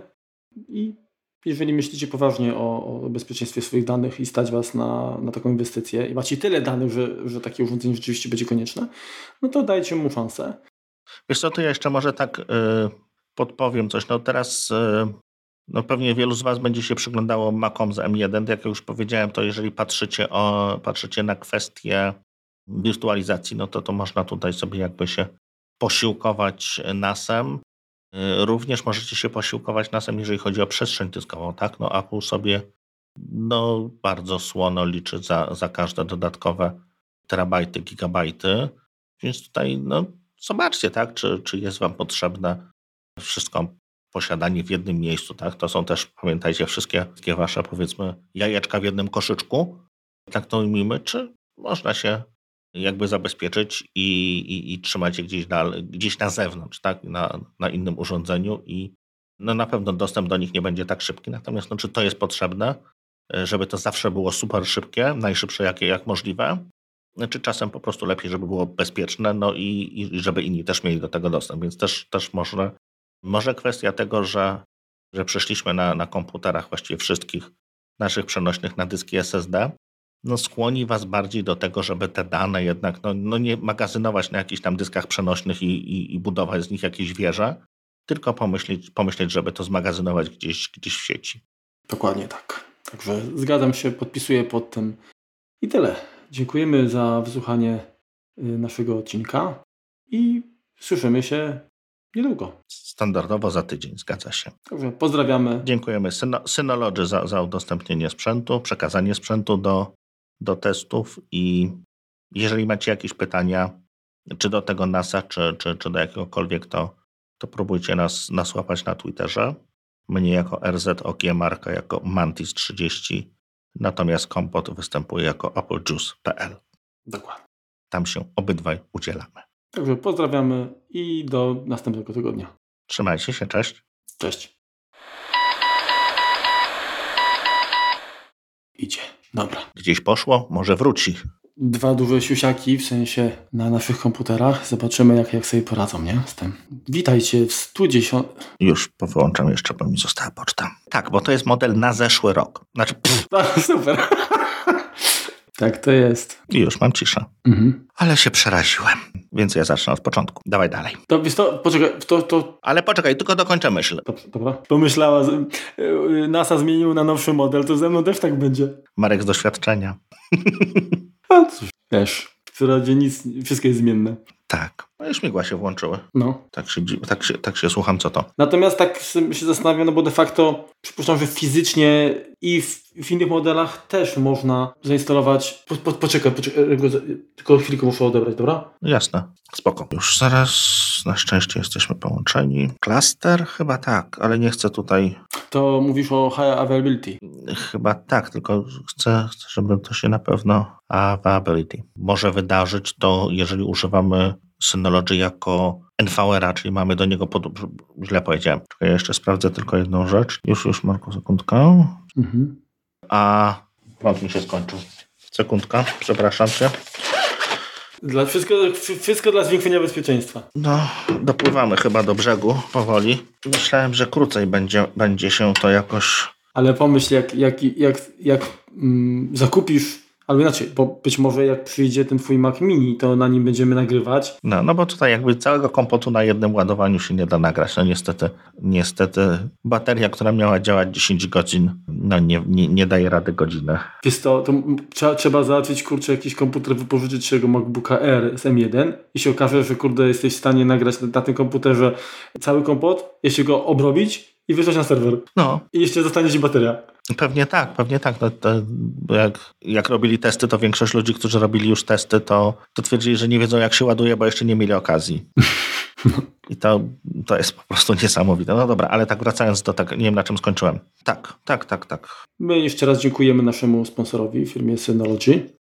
i jeżeli myślicie poważnie o, o bezpieczeństwie swoich danych i stać Was na, na taką inwestycję i macie tyle danych, że, że takie urządzenie rzeczywiście będzie konieczne, no to dajcie mu szansę.
Wiesz co, to ja jeszcze może tak yy, podpowiem coś. No teraz yy, no pewnie wielu z Was będzie się przyglądało Macom z M jeden. Jak już powiedziałem, to jeżeli patrzycie, o, patrzycie na kwestię wirtualizacji, no to to można tutaj sobie jakby się posiłkować nasem. Również możecie się posiłkować nasem, jeżeli chodzi o przestrzeń dyskową, tak? No Apple sobie no, bardzo słono liczy za, za każde dodatkowe terabajty, gigabajty, więc tutaj no, zobaczcie, tak? Czy, czy jest Wam potrzebne wszystko posiadanie w jednym miejscu, tak? To są też, pamiętajcie, wszystkie, wszystkie Wasze, powiedzmy, jajeczka w jednym koszyczku, tak to ujmijmy, czy można się jakby zabezpieczyć i, i, i trzymać je gdzieś na, gdzieś na zewnątrz, tak? Na, na innym urządzeniu i no na pewno dostęp do nich nie będzie tak szybki. Natomiast no, czy to jest potrzebne, żeby to zawsze było super szybkie, najszybsze jakie jak możliwe, czy czasem po prostu lepiej, żeby było bezpieczne, no i, i żeby inni też mieli do tego dostęp. Więc też, też może, może kwestia tego, że, że przeszliśmy na, na komputerach właściwie wszystkich naszych przenośnych na dyski S S D, no skłoni Was bardziej do tego, żeby te dane jednak no, no nie magazynować na jakichś tam dyskach przenośnych i, i, i budować z nich jakieś wieże, tylko pomyśleć, pomyśleć, żeby to zmagazynować gdzieś, gdzieś w sieci.
Dokładnie tak. Także zgadzam się, podpisuję pod tym i tyle. Dziękujemy za wysłuchanie naszego odcinka i słyszymy się niedługo.
Standardowo za tydzień, zgadza się.
Także pozdrawiamy.
Dziękujemy Syno- Synology za, za udostępnienie sprzętu, przekazanie sprzętu do, do testów i jeżeli macie jakieś pytania, czy do tego NASA, czy, czy, czy do jakiegokolwiek, to, to próbujcie nas, nas łapać na Twitterze. Mnie jako R Z O G, Marka jako Mantis trzydzieści, natomiast Kompot występuje jako applejuice kropka p l.
Dokładnie.
Tam się obydwaj udzielamy.
Także pozdrawiamy i do następnego tygodnia.
Trzymajcie się, cześć.
Cześć. Idzie. Dobra.
Gdzieś poszło, może wróci.
Dwa duże siusiaki, w sensie na naszych komputerach. Zobaczymy, jak, jak sobie poradzą, nie? Z tym. Witajcie w stu dziesiątym...
Już powyłączam jeszcze, bo mi została poczta. Tak, bo to jest model na zeszły rok. Znaczy...
Tak, super. Tak to jest.
I już mam ciszę.
Mhm.
Ale się przeraziłem, więc ja zacznę od początku. Dawaj dalej.
To, wiesz to, poczekaj, to, to...
Ale poczekaj, tylko dokończę myśl.
Dobrze, dobra. Pomyślała, że NASA zmienił na nowszy model, to ze mną też tak będzie.
Marek z doświadczenia.
A cóż, wiesz, w przyrodzie nic, wszystko jest zmienne.
Tak. No i śmigła się włączyły.
No.
Tak się, tak, się, tak się słucham, co to.
Natomiast tak się zastanawiam, no bo de facto przypuszczam, że fizycznie i w, w innych modelach też można zainstalować... Po, po, poczekaj, poczekaj, tylko chwilkę muszę odebrać, dobra?
Jasne, spoko. Już zaraz, na szczęście jesteśmy połączeni. Cluster? Chyba tak, ale nie chcę tutaj...
To mówisz o high availability.
Chyba tak, tylko chcę, żeby to się na pewno availability może wydarzyć, to jeżeli używamy Synology jako N V R-a, czyli mamy do niego, pod... źle powiedziałem. Czekaj, ja jeszcze sprawdzę tylko jedną rzecz. Już, już Marku, sekundkę.
Mhm.
A prąd mi się skończył. Sekundka, przepraszam cię.
Dla, wszystko, wszystko dla zwiększenia bezpieczeństwa.
No, dopływamy chyba do brzegu powoli. Myślałem, że krócej będzie, będzie się to jakoś
Ale pomyśl, jak, jak, jak, jak mm, zakupisz, albo inaczej, bo być może jak przyjdzie ten twój Mac Mini, to na nim będziemy nagrywać.
No, no bo tutaj jakby całego kompotu na jednym ładowaniu się nie da nagrać. No niestety, niestety bateria, która miała działać dziesięć godzin, no nie, nie, nie daje rady godziny.
Wiesz to, to trzeba, trzeba załatwić, kurczę, jakiś komputer, wypożyczyć tego MacBooka Air z M jeden i się okaże, że kurde, jesteś w stanie nagrać na, na tym komputerze cały kompot, jeszcze go obrobić i wysłać na serwer.
No.
I jeszcze zostanie ci bateria.
Pewnie tak, pewnie tak. No, to, bo jak, jak robili testy, to większość ludzi, którzy robili już testy, to, to twierdzili, że nie wiedzą, jak się ładuje, bo jeszcze nie mieli okazji. I to, to jest po prostu niesamowite. No dobra, ale tak wracając do tego, nie wiem, na czym skończyłem. Tak, tak, tak, tak.
My jeszcze raz dziękujemy naszemu sponsorowi, firmie Synology.